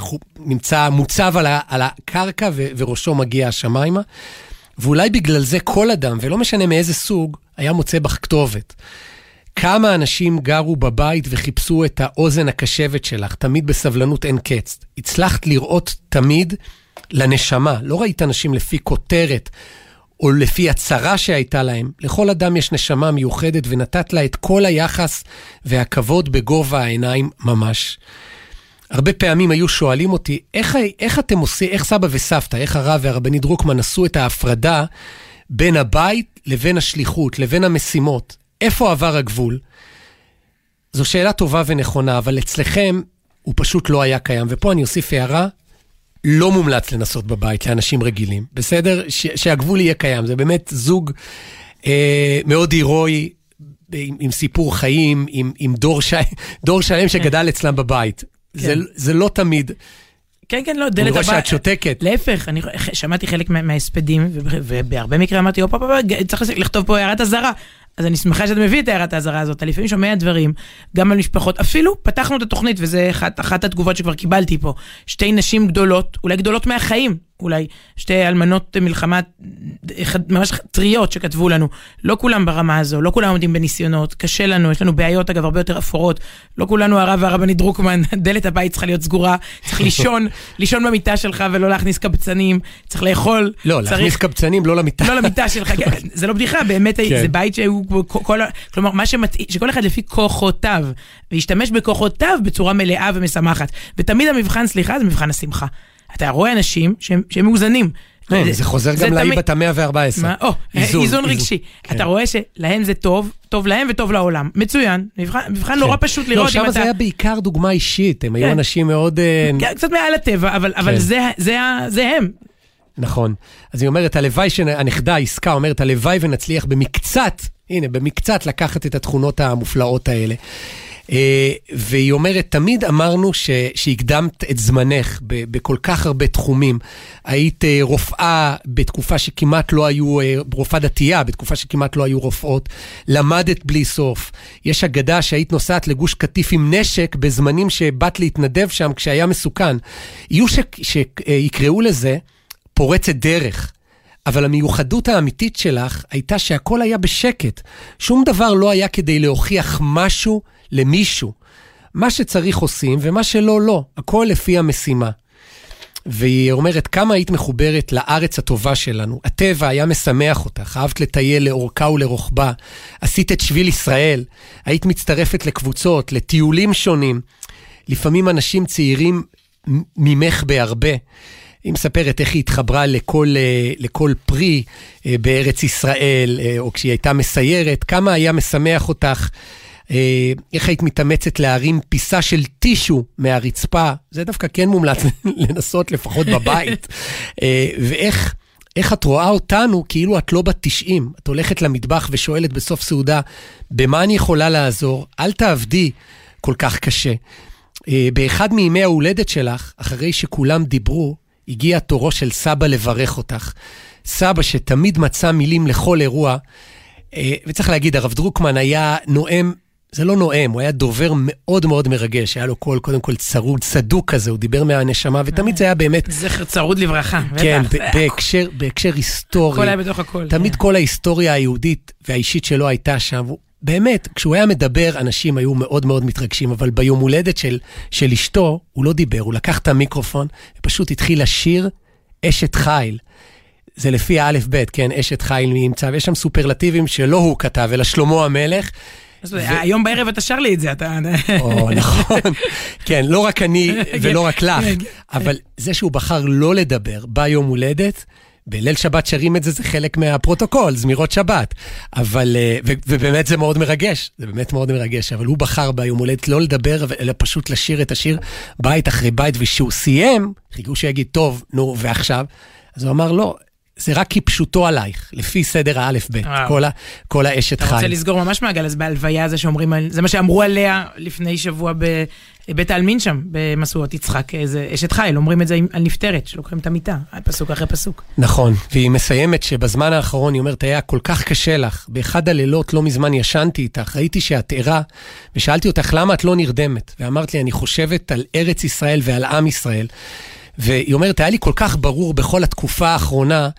נמצא מוצב על, ה... על הקרקע ו... וראשו מגיע השמיימה. ואולי בגלל זה כל אדם, ולא משנה מאיזה סוג, היה מוצא בך כתובת. כמה אנשים גרו בבית וחיפשו את האוזן הקשבת שלך, תמיד בסבלנות אין קץ. הצלחת לראות תמיד לנשמה. לא ראית אנשים לפי כותרת, או לפי הצרה שהייתה להם. לכל אדם יש נשמה מיוחדת, ונתת לה את כל היחס והכבוד בגובה העיניים ממש. הרבה פעמים היו שואלים אותי, איך, איך אתם עושים, איך סבא וסבתא, איך הרב והרבנית דרוקמן עשו את ההפרדה בין הבית לבין השליחות, לבין המשימות? איפה עבר הגבול? זו שאלה טובה ונכונה, אבל אצלכם הוא פשוט לא היה קיים. ופה אני אוסיף הערה, לא מומלץ לנסות בבית לאנשים רגילים. בסדר? ש- שהגבול יהיה קיים. זה באמת זוג אה, מאוד הירואי, עם, עם סיפור חיים, עם, עם דור, ש... דור שלם שגדל אצלם בבית. כן. זה, זה לא תמיד. כן, כן, לא, דלת הבא... אני רואה שאת שותקת. להפך, אני שמעתי חלק מההספדים, ובהרבה מקרה אמרתי, אופ, אופ, אופ, צריך לכתוב פה הערת הזרה. אז אני שמחה שאתה מביא את הערת ההזרה הזאת, אני לפעמים שומע דברים, גם על משפחות, אפילו פתחנו את התוכנית, וזה אחת, אחת התגובות שכבר קיבלתי פה, שתי נשים גדולות, אולי גדולות מהחיים, אולי שתי אלמנות מלחמה, ממש טריות שכתבו לנו, לא כולם ברמה הזו, לא כולם עומדים בניסיונות, קשה לנו, יש לנו בעיות אגב הרבה יותר אפורות, לא כולנו הרב והרבני דרוקמן, דלת הבית צריכה להיות סגורה, צריך לישון, לישון במיטה שלך ולא להכניס קבצנים, צריך לאכול. לא, צריך... להכניס קבצנים לא למיטה. לא למיטה שלך, זה לא בדיחה, באמת כן. זה בית שהוא, כל, כלומר, מה שמתאים, שכל אחד לפי כוחותיו, וישתמש בכוחותיו בצורה מלאה ומשמחת, ותמיד המבחן, סליחה, זה מבחן השמחה. אתה רואה אנשים שהם, שהם מאוזנים. זה חוזר גם לאי בת המאה וארבע עשרה. או, איזון רגשי. אתה רואה שלהם זה טוב, טוב להם וטוב לעולם. מצוין. מבחן נורא פשוט לראות אם אתה... לא, שם זה היה בעיקר דוגמה אישית. הם היו אנשים מאוד... קצת מעל הטבע, אבל זה הם. נכון. אז היא אומרת, הלוואי שהנכדה, העסקה, אומרת, הלוואי ונצליח במקצת, הנה, במקצת לקחת את התכונות המופלאות האלה. והיא אומרת, תמיד אמרנו שהקדמת את זמנך בכל כך הרבה תחומים. היית רופאה בתקופה שכמעט לא היו, רופאה דתייה, בתקופה שכמעט לא היו רופאות. למדת בלי סוף. יש אגדה שהיית נוסעת לגוש קטיף עם נשק בזמנים שבאת להתנדב שם כשהיה מסוכן. יהיו שיקראו לזה פורצת דרך. אבל המיוחדות האמיתית שלך הייתה שהכל היה בשקט. שום דבר לא היה כדי להוכיח משהו למישהו. מה שצריך עושים ומה שלא לא. הכל לפי המשימה. והיא אומרת, כמה היית מחוברת לארץ הטובה שלנו. הטבע היה משמח אותך. אהבת לטייל לאורכה ולרוחבה. עשית את שביל ישראל. היית מצטרפת לקבוצות, לטיולים שונים. לפעמים אנשים צעירים ממך בהרבה. היא מספרת איך היא התחברה לכל, לכל פרי בארץ ישראל, או כשהיא הייתה מסיירת, כמה היה משמח אותך, איך היית מתאמצת להרים פיסה של טישו מהרצפה, זה דווקא כן מומלץ לנסות לפחות בבית, ואיך איך את רואה אותנו כאילו את לא בת תשעים, את הולכת למטבח ושואלת בסוף סעודה, במה אני יכולה לעזור? אל תעבדי כל כך קשה. באחד מימי ההולדת שלך, אחרי שכולם דיברו, הגיע תורו של סבא לברך אותך. סבא שתמיד מצא מילים לכל אירוע, וצריך להגיד, הרב דרוקמן היה נואם, זה לא נואם, הוא היה דובר מאוד מאוד מרגש, היה לו קול, קודם כל צרוד, צדוק כזה, הוא דיבר מהנשמה, ותמיד זה היה באמת... זכר צרוד לברכה. כן, בהקשר, בהקשר היסטורי. הכל היה בתוך הכל. תמיד כל ההיסטוריה היהודית והאישית שלו הייתה שם, באמת, כשהוא היה מדבר, אנשים היו מאוד מאוד מתרגשים, אבל ביום הולדת של, של אשתו, הוא לא דיבר, הוא לקח את המיקרופון, ופשוט התחיל לשיר אשת חיל. זה לפי האלף בית, כן, אשת חיל נמצא, ויש שם סופרלטיבים שלא הוא כתב, אלא שלמה המלך. היום בערב אתה שר לי את זה, אתה... או, נכון. כן, לא רק אני ולא רק לך, אבל זה שהוא בחר לא לדבר ביום הולדת, בליל שבת שרים את זה, זה חלק מהפרוטוקול, זמירות שבת. אבל, ו, ובאמת זה מאוד מרגש, זה באמת מאוד מרגש, אבל הוא בחר ביום הולדת לא לדבר, אלא פשוט לשיר את השיר בית אחרי בית, ושהוא סיים, חיכו שיגיד, טוב, נו, ועכשיו, אז הוא אמר, לא, זה רק כפשוטו עלייך, לפי סדר האלף בית, כל, ה, כל האשת חי. אתה רוצה לסגור ממש מעגל, אז בהלוויה הזה שאומרים, זה מה שאמרו עליה לפני שבוע בבית העלמין שם, במסורת יצחק, זה אשת חי, אומרים את זה על נפטרת, שלוקחים את המיטה, פסוק אחרי פסוק. נכון, והיא מסיימת שבזמן האחרון, היא אומרת, היה כל כך קשה לך, באחד הלילות לא מזמן ישנתי איתך, ראיתי שאת ערה, ושאלתי אותך למה את לא נרדמת, ואמרת לי, אני חושבת על ארץ ישראל ועל עם ישראל, והיא אומרת, היה לי כל כך ברור בכל התקופה האחרונה,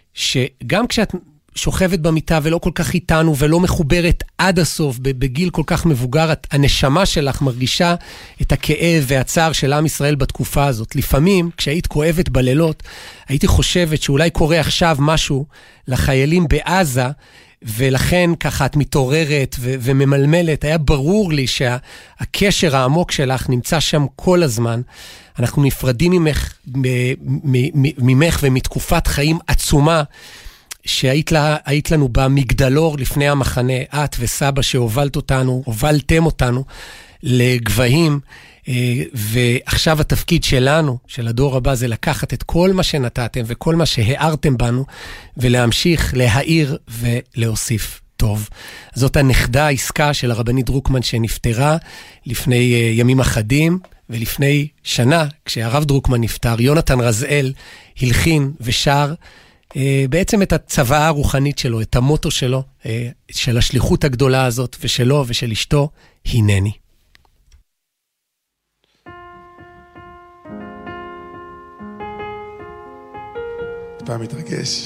שגם כשאת שוכבת במיטה ולא כל כך איתנו, ולא מחוברת עד הסוף, בגיל כל כך מבוגר, הנשמה שלך מרגישה את הכאב והצער של עם ישראל בתקופה הזאת. לפעמים, כשהיית כואבת בלילות, הייתי חושבת שאולי קורה עכשיו משהו לחיילים בעזה, ולכן ככה את מתעוררת ו- וממלמלת. היה ברור לי שהקשר העמוק שלך נמצא שם כל הזמן. אנחנו נפרדים ממך, ממך ומתקופת חיים עצומה, שהיית לה, היית לנו במגדלור לפני המחנה, את וסבא שהובלת אותנו, הובלתם אותנו לגבהים, ועכשיו התפקיד שלנו, של הדור הבא, זה לקחת את כל מה שנתתם וכל מה שהארתם בנו, ולהמשיך להאיר ולהוסיף. טוב. זאת הנכדה העסקה של הרבנית דרוקמן שנפטרה לפני uh, ימים אחדים, ולפני שנה, כשהרב דרוקמן נפטר, יונתן רזאל הלחין ושר uh, בעצם את הצוואה הרוחנית שלו, את המוטו שלו, uh, של השליחות הגדולה הזאת, ושלו ושל אשתו, הנני. פעם מתרגש.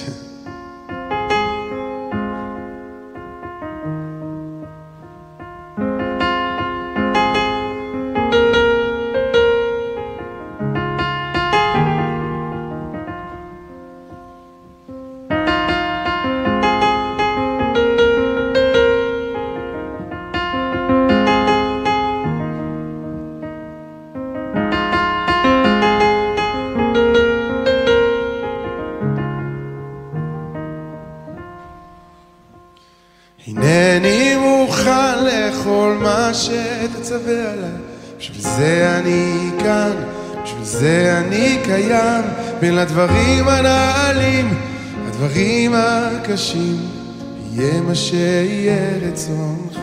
הנני מוכן לכל מה שתצווה עליי, בשביל זה אני כאן, בשביל זה אני קיים, בין הדברים הנעלים, הדברים הקשים, יהיה מה שיהיה רצונך.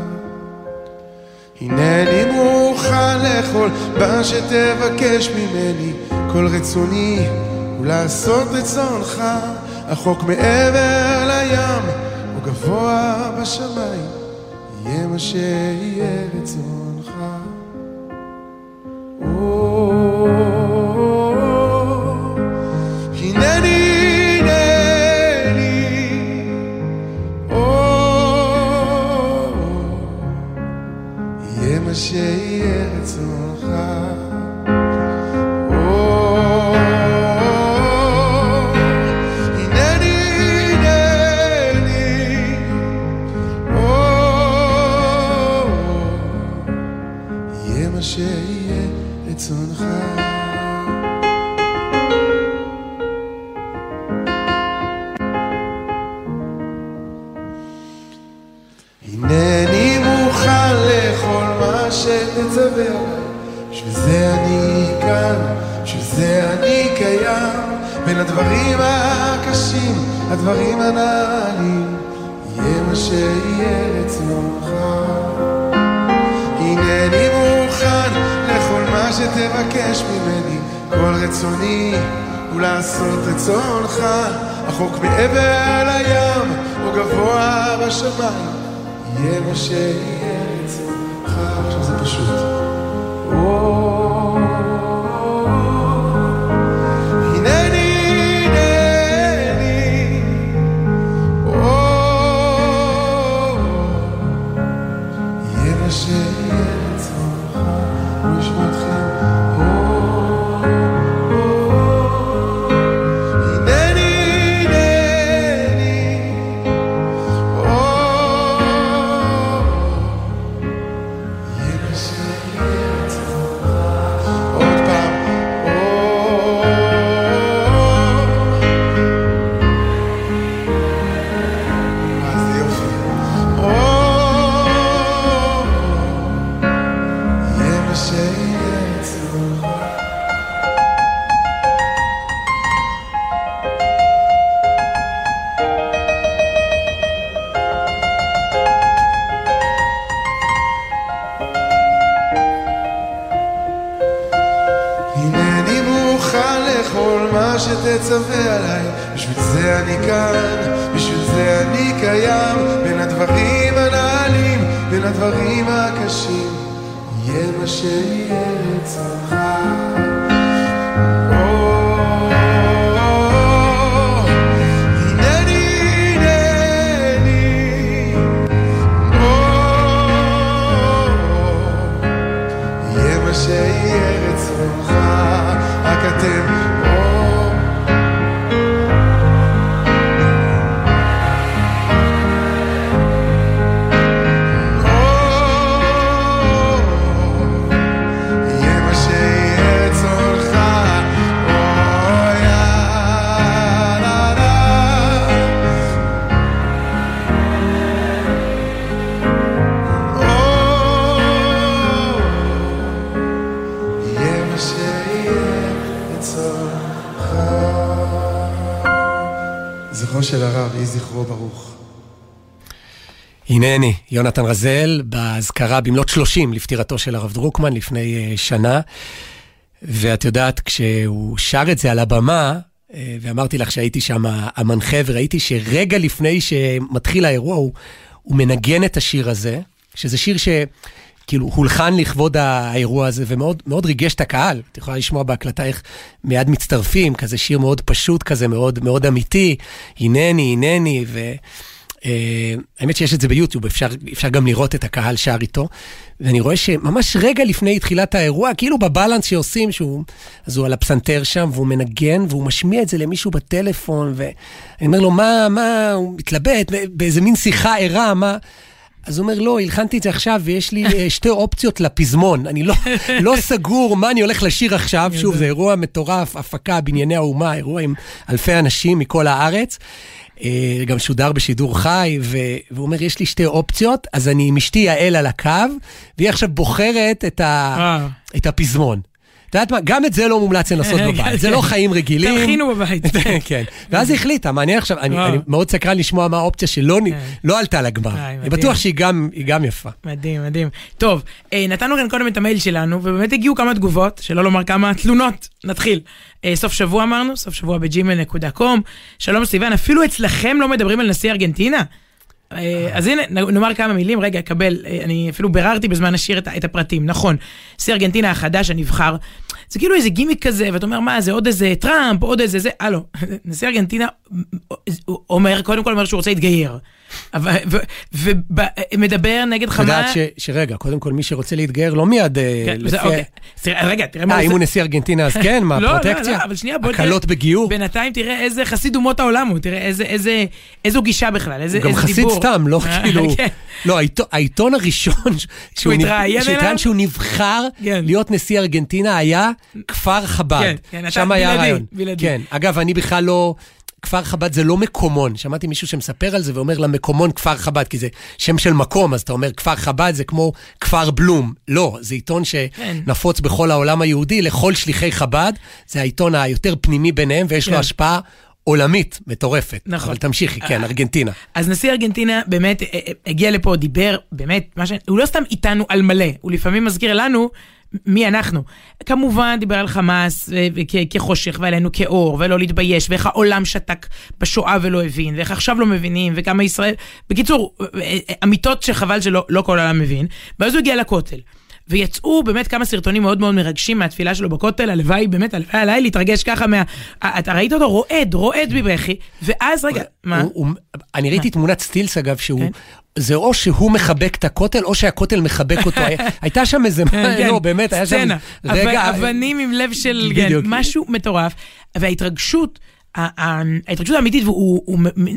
הנני מוכן לכל מה שתבקש ממני, כל רצוני הוא לעשות רצונך, החוק מעבר לים, גבוה בשמיים, יהיה מה שיהיה רצונך. הנני, הנני, יהיה מה שיהיה רצונך. שיהיה רצונך. הנני מוכן לכל מה שתצווה עליי, בשביל זה אני כאן, בשביל זה אני קיים, בין הדברים הקשים, הדברים הנעלים, יהיה מה שיהיה רצונך. הנני מוכן לכל מה שתבקש ממני, כל רצוני הוא לעשות רצונך, החוק מעבר לים או גבוה בשמיים, יהיה מה שיהיה רצונך. עכשיו זה פשוט. הנני, הנני, יהיה מה שיהיה שתצווה עליי, בשביל זה אני כאן, בשביל זה אני קיים, בין הדברים הנעלים, בין הדברים הקשים, יהיה מה שיהיה רצונך. הנני, הנני, יהיה מה שיהיה רצונך. רק אתם זכרו של הרב, יהי זכרו ברוך. הנני, יונתן רזל, בהזכרה במלאת שלושים לפטירתו של הרב דרוקמן לפני שנה, ואת יודעת, כשהוא שר את זה על הבמה, ואמרתי לך שהייתי שם המנחה, וראיתי שרגע לפני שמתחיל האירוע, הוא, הוא מנגן את השיר הזה, שזה שיר שכאילו הולחן לכבוד האירוע הזה, ומאוד מאוד ריגש את הקהל. את יכולה לשמוע בהקלטה איך מיד מצטרפים, כזה שיר מאוד פשוט כזה, מאוד, מאוד אמיתי, הנני, הנני, ו... האמת שיש את זה ביוטיוב, אפשר, אפשר גם לראות את הקהל שר איתו, ואני רואה שממש רגע לפני תחילת האירוע, כאילו בבלנס שעושים, שהוא, אז הוא על הפסנתר שם, והוא מנגן, והוא משמיע את זה למישהו בטלפון, ואני אומר לו, מה, מה, הוא מתלבט, באיזה מין שיחה ערה, מה... אז הוא אומר, לא, הלחנתי את זה עכשיו, ויש לי שתי אופציות לפזמון. אני לא, לא סגור מה אני הולך לשיר עכשיו. שוב, זה אירוע מטורף, הפקה, בנייני האומה, אירוע עם אלפי אנשים מכל הארץ. גם שודר בשידור חי, והוא אומר, יש לי שתי אופציות, אז אני עם אשתי יעל על הקו, והיא עכשיו בוחרת את, ה, את הפזמון. אתה יודעת מה? גם את זה לא מומלץ לנסות בבית. זה לא חיים רגילים. תלחינו בבית. כן. ואז היא החליטה, מעניין עכשיו, אני מאוד סקרן לשמוע מה האופציה שלא עלתה לגמר. אני בטוח שהיא גם יפה. מדהים, מדהים. טוב, נתנו כאן קודם את המייל שלנו, ובאמת הגיעו כמה תגובות, שלא לומר כמה תלונות. נתחיל. סוף שבוע אמרנו, סוף שבוע בג'ימייל נקודה קום. שלום סיוון, אפילו אצלכם לא מדברים על נשיא ארגנטינה? אז הנה, נאמר כמה מילים, רגע, אקבל, אני אפילו ביררתי בזמן השיר את הפרטים, נכון, נשיא ארגנטינה החדש הנבחר, זה כאילו איזה גימיק כזה, ואתה אומר, מה, זה עוד איזה טראמפ, עוד איזה זה, הלו, נשיא ארגנטינה אומר, קודם כל אומר שהוא רוצה להתגייר, ומדבר נגד חמה... אתה יודעת שרגע, קודם כל מי שרוצה להתגייר לא מיד... רגע, תראה מה... אה, אם הוא נשיא ארגנטינה, אז כן, מה, פרוטקציה? אבל שנייה, בוא תראה... הקלות בגיור? בינתיים תראה איזה חסיד אומות העולם הוא, תראה איזו גישה בכלל, איזה דיבור. הוא גם חסיד סתם, לא כאילו... לא, העיתון הראשון שהוא התראיין שהוא נבחר להיות נשיא ארגנטינה היה כפר חב"ד. שם היה הרעיון. כן, אגב, אני בכלל לא... כפר חב"ד זה לא מקומון, שמעתי מישהו שמספר על זה ואומר למקומון כפר חב"ד, כי זה שם של מקום, אז אתה אומר כפר חב"ד זה כמו כפר בלום, לא, זה עיתון שנפוץ בכל העולם היהודי, לכל שליחי חב"ד, זה העיתון היותר פנימי ביניהם, ויש לו השפעה עולמית מטורפת. נכון. אבל תמשיכי, כן, ארגנטינה. אז נשיא ארגנטינה באמת הגיע לפה, דיבר, באמת, הוא לא סתם איתנו על מלא, הוא לפעמים מזכיר לנו, מי אנחנו? כמובן דיבר על חמאס כחושך ועלינו כאור ולא להתבייש ואיך העולם שתק בשואה ולא הבין ואיך עכשיו לא מבינים וכמה ישראל, בקיצור, אמיתות שחבל שלא לא כל העולם מבין. ואז הוא הגיע לכותל ויצאו באמת כמה סרטונים מאוד מאוד מרגשים מהתפילה שלו בכותל, הלוואי באמת, הלוואי עליי להתרגש ככה מה... אתה ראית אותו רועד, רועד בבכי, ואז רגע, מה? אני ראיתי תמונת סטילס אגב שהוא... זה או שהוא מחבק את הכותל, או שהכותל מחבק אותו. הייתה שם איזה... לא, באמת, היה שם... רגע... אבנים עם לב של... משהו מטורף. וההתרגשות... ההתרגשות האמיתית, והוא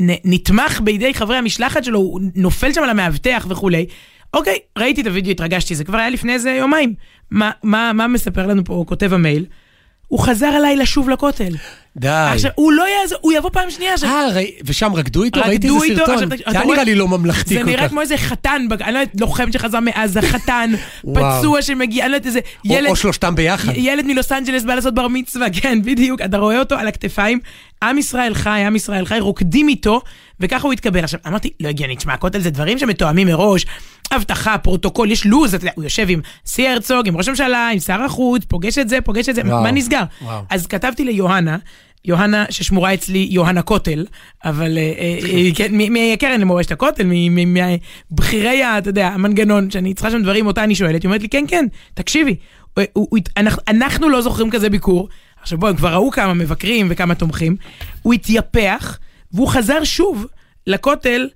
נתמך בידי חברי המשלחת שלו, הוא נופל שם על המאבטח וכולי. אוקיי, ראיתי את הוידאו, התרגשתי, זה כבר היה לפני איזה יומיים. מה, מה, מה מספר לנו פה, כותב המייל? הוא חזר עליי לשוב לכותל. די. עכשיו, הוא לא יעזור, הוא יבוא פעם שנייה. אה, ושם רקדו איתו? ראיתי איזה סרטון. זה נראה לי לא ממלכתי כל כך. זה נראה כמו איזה חתן, אני לא יודעת, לוחם שחזר מעזה, חתן, פצוע שמגיע, אני לא יודעת איזה ילד. או שלושתם ביחד. ילד מלוס אנג'לס בא לעשות בר מצווה, כן, בדיוק. אתה רואה אותו על הכתפיים, עם ישראל חי, עם ישראל חי, רוקדים איתו, וככה הוא התקבל. עכשיו, אמרתי, לא הגיוני, תשמע, הכותל זה דברים שמתואמים מראש, הבטחה, פרוטוקול, יש לוז, אתה יודע, הוא יושב עם סי הרצוג, עם ראש הממשלה, עם שר החוץ, פוגש את זה, פוגש את זה, מה נסגר? אז כתבתי ליוהנה, יוהנה ששמורה אצלי יוהנה כותל, אבל מהקרן למורשת הכותל, מבחירי, אתה יודע, המנגנון, שאני צריכה שם דברים, אותה אני שואלת, היא אומרת לי, כן, כן, תקשיבי, אנחנו לא זוכרים כזה ביקור, עכשיו בואו, כבר ראו כמה מבקרים וכמה תומכים, הוא התייפח, והוא חזר שוב לכותל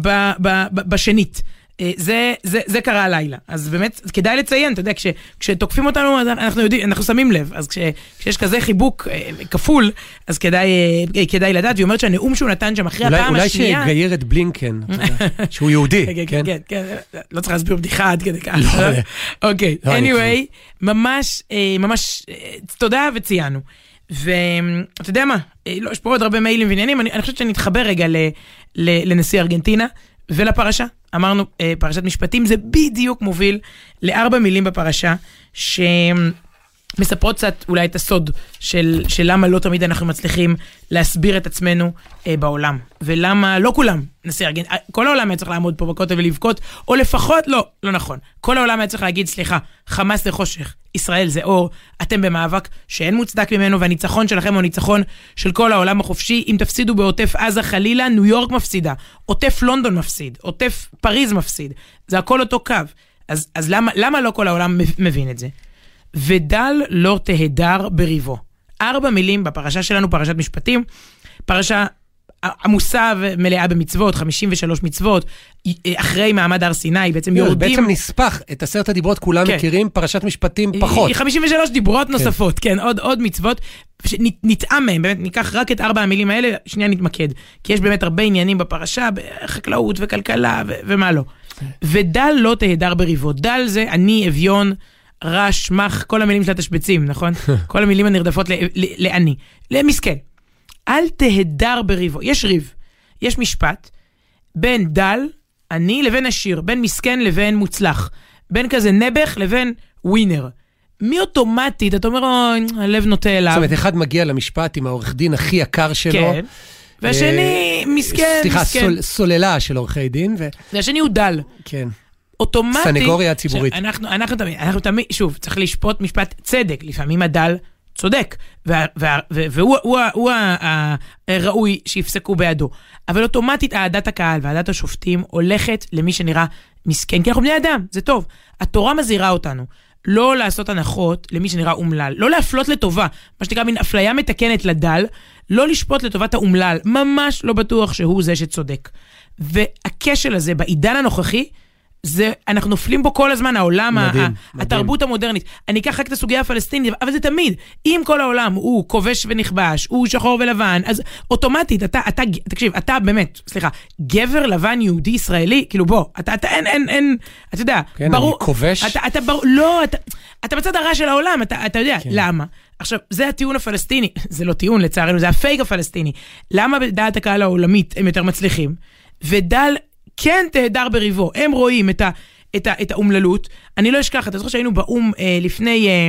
בשנית. זה, זה, זה קרה הלילה. אז באמת, כדאי לציין, אתה יודע, כש, כשתוקפים אותנו, אנחנו יודעים, אנחנו שמים לב. אז כש, כשיש כזה חיבוק כפול, אז כדאי, כדאי לדעת. והיא אומרת שהנאום שהוא נתן שם אחרי הפעם השנייה... אולי שיגייר את בלינקן, שהוא יהודי. כן, כן, כן. לא צריך להסביר בדיחה עד כדי כך. אוקיי, anyway, ממש, ממש, תודה וציינו. ואתה יודע מה, יש פה עוד הרבה מיילים ועניינים, אני חושבת שנתחבר רגע לנשיא ארגנטינה ולפרשה. אמרנו, פרשת משפטים, זה בדיוק מוביל לארבע מילים בפרשה, מספרות קצת אולי את הסוד של, של למה לא תמיד אנחנו מצליחים להסביר את עצמנו אה, בעולם, ולמה לא כולם, נשיא ארגנטינה, כל העולם היה צריך לעמוד פה בכותל ולבכות, או לפחות, לא, לא נכון, כל העולם היה צריך להגיד, סליחה, חמאס זה חושך, ישראל זה אור, אתם במאבק שאין מוצדק ממנו, והניצחון שלכם הוא ניצחון של כל העולם החופשי, אם תפסידו בעוטף עזה חלילה, ניו יורק מפסידה, עוטף לונדון מפסיד, עוטף פריז מפסיד, זה הכל אותו קו, אז, אז למה, למה לא כל העולם מבין את זה? ודל לא תהדר בריבו. ארבע מילים בפרשה שלנו, פרשת משפטים, פרשה עמוסה ומלאה במצוות, חמישים ושלוש מצוות, אחרי מעמד הר סיני, בעצם יורדים... בעצם נספח את עשרת הדיברות, כולם כן. מכירים, פרשת משפטים פחות. חמישים ושלוש דיברות כן. נוספות, כן, עוד, עוד מצוות, נטעם מהם, באמת ניקח רק את ארבע המילים האלה, שנייה נתמקד, כי יש באמת הרבה עניינים בפרשה, בחקלאות וכלכלה ו- ומה לא. ודל לא תהדר בריבו, דל זה אני אביון, רש, מח, כל המילים של התשבצים, נכון? כל המילים הנרדפות לעני, למסכן. אל תהדר בריבו. יש ריב, יש משפט, בין דל, אני, לבין עשיר, בין מסכן לבין מוצלח, בין כזה נבח לבין ווינר. מי אוטומטית, אתה אומר, הלב נוטה אליו. זאת אומרת, אחד מגיע למשפט עם העורך דין הכי יקר שלו. כן. והשני, מסכן, סליחה, מסכן. סול, סוללה של עורכי דין. ו... והשני הוא דל. כן. אוטומטית. סנגוריה הציבורית. אנחנו, אנחנו תמיד, אנחנו תמיד, שוב, צריך לשפוט משפט צדק. לפעמים הדל צודק, וה, וה, והוא הוא, הוא הראוי שיפסקו בידו. אבל אוטומטית, העדת הקהל והעדת השופטים הולכת למי שנראה מסכן. כי אנחנו בני אדם, זה טוב. התורה מזהירה אותנו. לא לעשות הנחות למי שנראה אומלל, לא להפלות לטובה, מה שנקרא מין אפליה מתקנת לדל, לא לשפוט לטובת האומלל, ממש לא בטוח שהוא זה שצודק. והכשל הזה בעידן הנוכחי, זה, אנחנו נופלים בו כל הזמן, העולם, מדהים, ה- מדהים. התרבות המודרנית. אני אקח רק את הסוגיה הפלסטינית, אבל זה תמיד, אם כל העולם הוא כובש ונכבש, הוא שחור ולבן, אז אוטומטית, אתה, אתה, תקשיב, אתה באמת, סליחה, גבר לבן יהודי ישראלי, כאילו בוא, אתה, אתה, אין, אין, אין, אתה יודע, כן, ברור, אני כובש. אתה, אתה, ברור, לא, אתה, אתה בצד הרע של העולם, אתה, אתה יודע, כן. למה? עכשיו, זה הטיעון הפלסטיני, זה לא טיעון לצערנו, זה הפייק הפלסטיני. למה בדעת הקהל העולמית הם יותר מצליחים? ודל כן תהדר בריבו, הם רואים את, ה, את, ה, את האומללות, אני לא אשכח, אתה זוכר שהיינו באום אה, לפני אה,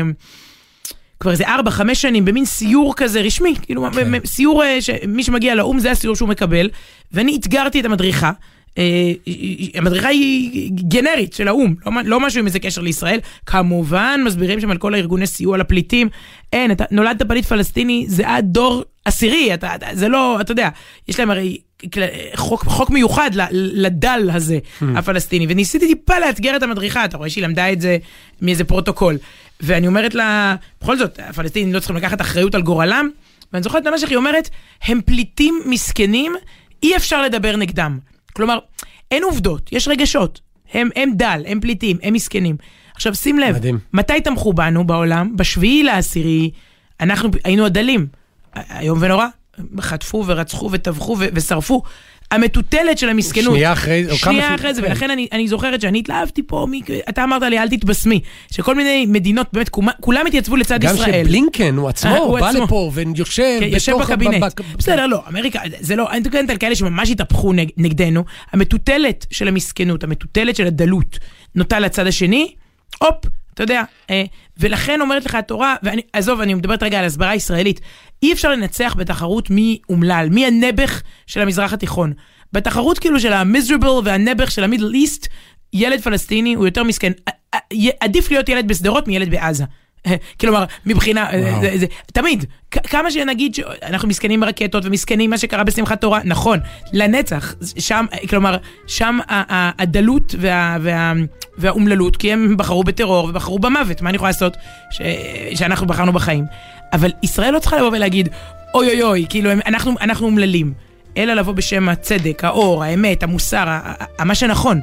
כבר איזה ארבע, חמש שנים, במין סיור כזה רשמי, כאילו כן. סיור, אה, שמי שמגיע לאום זה הסיור שהוא מקבל, ואני התגרתי את המדריכה, אה, המדריכה היא גנרית של האום, לא, לא משהו עם איזה קשר לישראל, כמובן מסבירים שם על כל הארגוני סיוע לפליטים, אין, אתה נולדת פליט פלסטיני, זה עד דור עשירי, אתה, זה לא, אתה יודע, יש להם הרי חוק, חוק מיוחד לדל הזה, הפלסטיני, וניסיתי טיפה לאתגר את המדריכה, אתה רואה שהיא למדה את זה מאיזה פרוטוקול, ואני אומרת לה, בכל זאת, הפלסטינים לא צריכים לקחת אחריות על גורלם, ואני זוכרת ממש איך היא אומרת, הם פליטים מסכנים, אי אפשר לדבר נגדם. כלומר, אין עובדות, יש רגשות, הם, הם דל, הם פליטים, הם מסכנים. עכשיו שים לב, מדהים. מתי תמכו בנו בעולם? בשביעי לעשירי, אנחנו היינו הדלים, היום ונורא, חטפו ורצחו וטבחו ושרפו, המטוטלת של המסכנות. שנייה אחרי זה. שנייה אחרי זה, ולכן אני, אני זוכרת שאני התלהבתי פה, מי, אתה אמרת לי, אל תתבסמי, שכל מיני מדינות, באמת, כולם התייצבו לצד גם ישראל. גם שבלינקן, הוא עצמו, הוא בא עצמו. לפה ויושב כן, יושב בקבינט. בסדר, לא, אמריקה, זה לא, אני תוקנת על כאלה שממש התהפכו נג, נגדנו, המטוטלת של המסכנות, המטוטלת של הדלות, נוטה לצד השני, אופ, אתה יודע, אה, ולכן אומרת לך התורה, ואני, עזוב, אני מדברת רגע על הסברה ישראלית, אי אפשר לנצח בתחרות מי אומלל, מי הנבח של המזרח התיכון. בתחרות כאילו של המיזרבל והנבח של המידל איסט, ילד פלסטיני הוא יותר מסכן. עדיף להיות ילד בסדרות מילד בעזה. כלומר, מבחינה, זה, זה, תמיד, כמה שנגיד שאנחנו מסכנים ברקטות ומסכנים מה שקרה בשמחת תורה, נכון, לנצח, שם, כלומר, שם הדלות וה, וה, והאומללות, כי הם בחרו בטרור ובחרו במוות, מה אני יכולה לעשות ש, שאנחנו בחרנו בחיים? אבל ישראל לא צריכה לבוא ולהגיד, אוי אוי אוי, כאילו, אנחנו, אנחנו אומללים, אלא לבוא בשם הצדק, האור, האמת, המוסר, מה שנכון.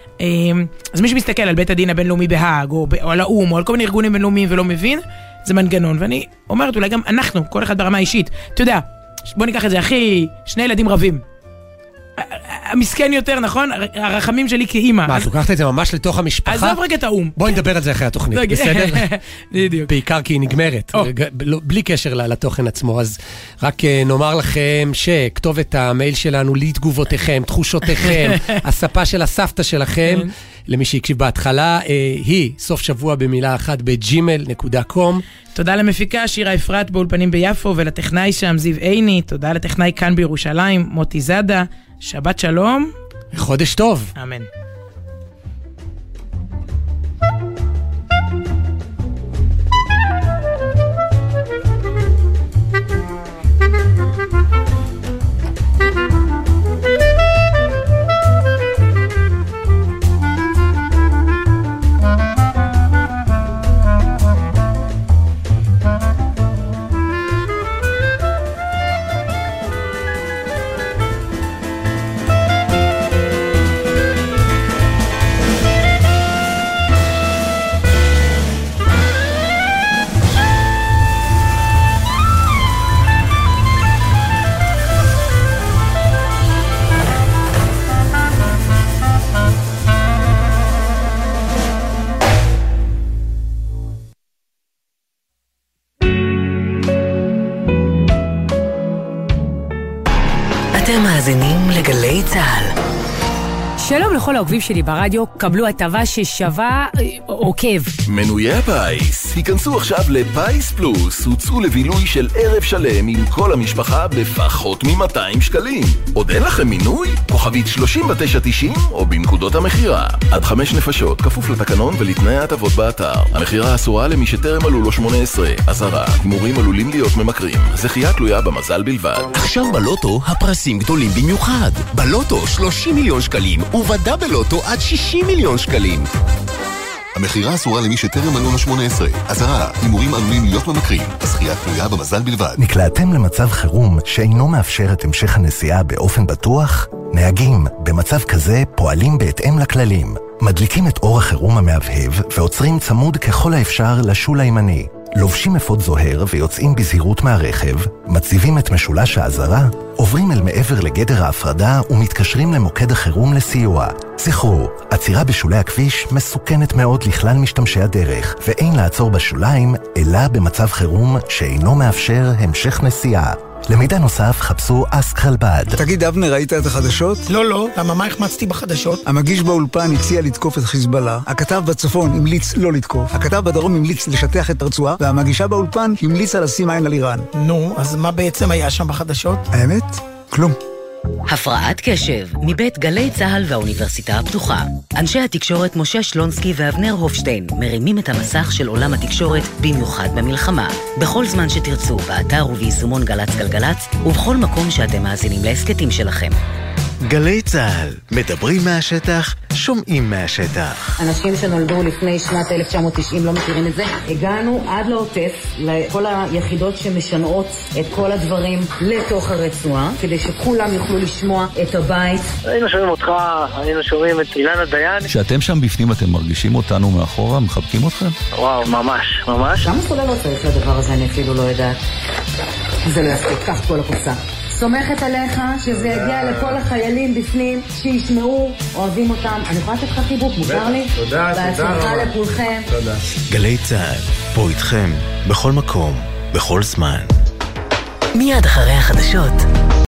אז מי שמסתכל על בית הדין הבינלאומי בהאג, או, או על האום, או על כל מיני ארגונים בינלאומיים ולא מבין, זה מנגנון. ואני אומרת, אולי גם אנחנו, כל אחד ברמה האישית, אתה יודע, בוא ניקח את זה, אחי, שני ילדים רבים. המסכן יותר, נכון? הרחמים שלי כאימא. מה, את לוקחת את זה ממש לתוך המשפחה? עזוב רגע את האום. בואי נדבר על זה אחרי התוכנית, בסדר? בדיוק. בעיקר כי היא נגמרת, בלי קשר לתוכן עצמו. אז רק נאמר לכם שכתובת המייל שלנו, לתגובותיכם, תחושותיכם, הספה של הסבתא שלכם, למי שהקשיב בהתחלה, היא סוף שבוע במילה אחת בג'ימל נקודה קום. תודה למפיקה שירה אפרת באולפנים ביפו, ולטכנאי שם זיו עיני, תודה לטכנאי כאן בירושלים, מוטי זאדה, שבת שלום. חודש טוב. אמן. אתם מאזינים לגלי צהל. שלום לכל העוקבים שלי ברדיו, קבלו הטבה ששווה עוקב. מנויי הפיס, היכנסו עכשיו לפייס פלוס, הוצאו לבילוי של ערב שלם עם כל המשפחה בפחות מ-מאתיים שקלים. עוד אין לכם מינוי? כוכבית שלושים ותשע תשעים או בנקודות המחירה. עד חמש נפשות, כפוף לתקנון ולתנאי ההטבות באתר. המחירה אסורה למי שטרם מלאו לו שמונה עשרה. אזהרה, הימורים עלולים להיות ממכרים. זכייה תלויה במזל בלבד. עכשיו בלוטו הפרסים גדולים במיוחד. בלוטו שלושים מיליון שקלים. ובדה בלוטו עד שישים מיליון שקלים. המחירה אסורה למי שטרם מלאו לו שמונה עשרה. אזהרה, הימורים עלולים להיות ממכרים. הזכייה תלויה במזל בלבד. נקלעתם למצב חירום שאינו מאפשר את המשך הנסיעה באופן בטוח? נהגים במצב כזה פועלים בהתאם לכללים. מדליקים את אור החירום המהבהב ועוצרים צמוד ככל האפשר לשול הימני. לובשים אפוד זוהר ויוצאים בזהירות מהרכב, מציבים את משולש האזהרה, עוברים אל מעבר לגדר ההפרדה ומתקשרים למוקד החירום לסיוע. זכרו, עצירה בשולי הכביש מסוכנת מאוד לכלל משתמשי הדרך, ואין לעצור בשוליים אלא במצב חירום שאינו מאפשר המשך נסיעה. למידע נוסף חפשו אסק חלבד. תגיד אבנר, ראית את החדשות? לא, לא. למה מה החמצתי בחדשות? המגיש באולפן הציע לתקוף את חיזבאללה, הכתב בצפון המליץ לא לתקוף, הכתב בדרום המליץ לשטח את הרצועה, והמגישה באולפן המליצה לשים עין על איראן. נו, אז מה בעצם היה שם בחדשות? האמת? כלום. הפרעת קשב, מבית גלי צהל והאוניברסיטה הפתוחה. אנשי התקשורת משה שלונסקי ואבנר הופשטיין מרימים את המסך של עולם התקשורת במיוחד במלחמה. בכל זמן שתרצו, באתר וביישומון גלץ גלגלץ, ובכל מקום שאתם מאזינים להסקטים שלכם. גלי צהל, מדברים מהשטח, שומעים מהשטח. אנשים שנולדו לפני שנת אלף תשע מאות תשעים לא מכירים את זה. הגענו עד לעוטף, לכל היחידות שמשנעות את כל הדברים לתוך הרצועה, כדי שכולם יוכלו לשמוע את הבית. היינו שומעים אותך, היינו שומעים את אילנה דיין. כשאתם שם בפנים אתם מרגישים אותנו מאחורה, מחבקים אתכם? וואו, ממש, ממש. למה סולל לא צריך לדבר הזה, אני אפילו לא יודעת. זה לא יספיק, קח כל הקופסה. סומכת עליך שזה יגיע לכל החיילים בפנים, שישמעו, אוהבים אותם. אני יכולה לתת לך חיבוק, מותר לי? תודה, תודה. בהצלחה לכולכם. תודה. גלי צהל, פה איתכם, בכל מקום, בכל זמן. מיד אחרי החדשות.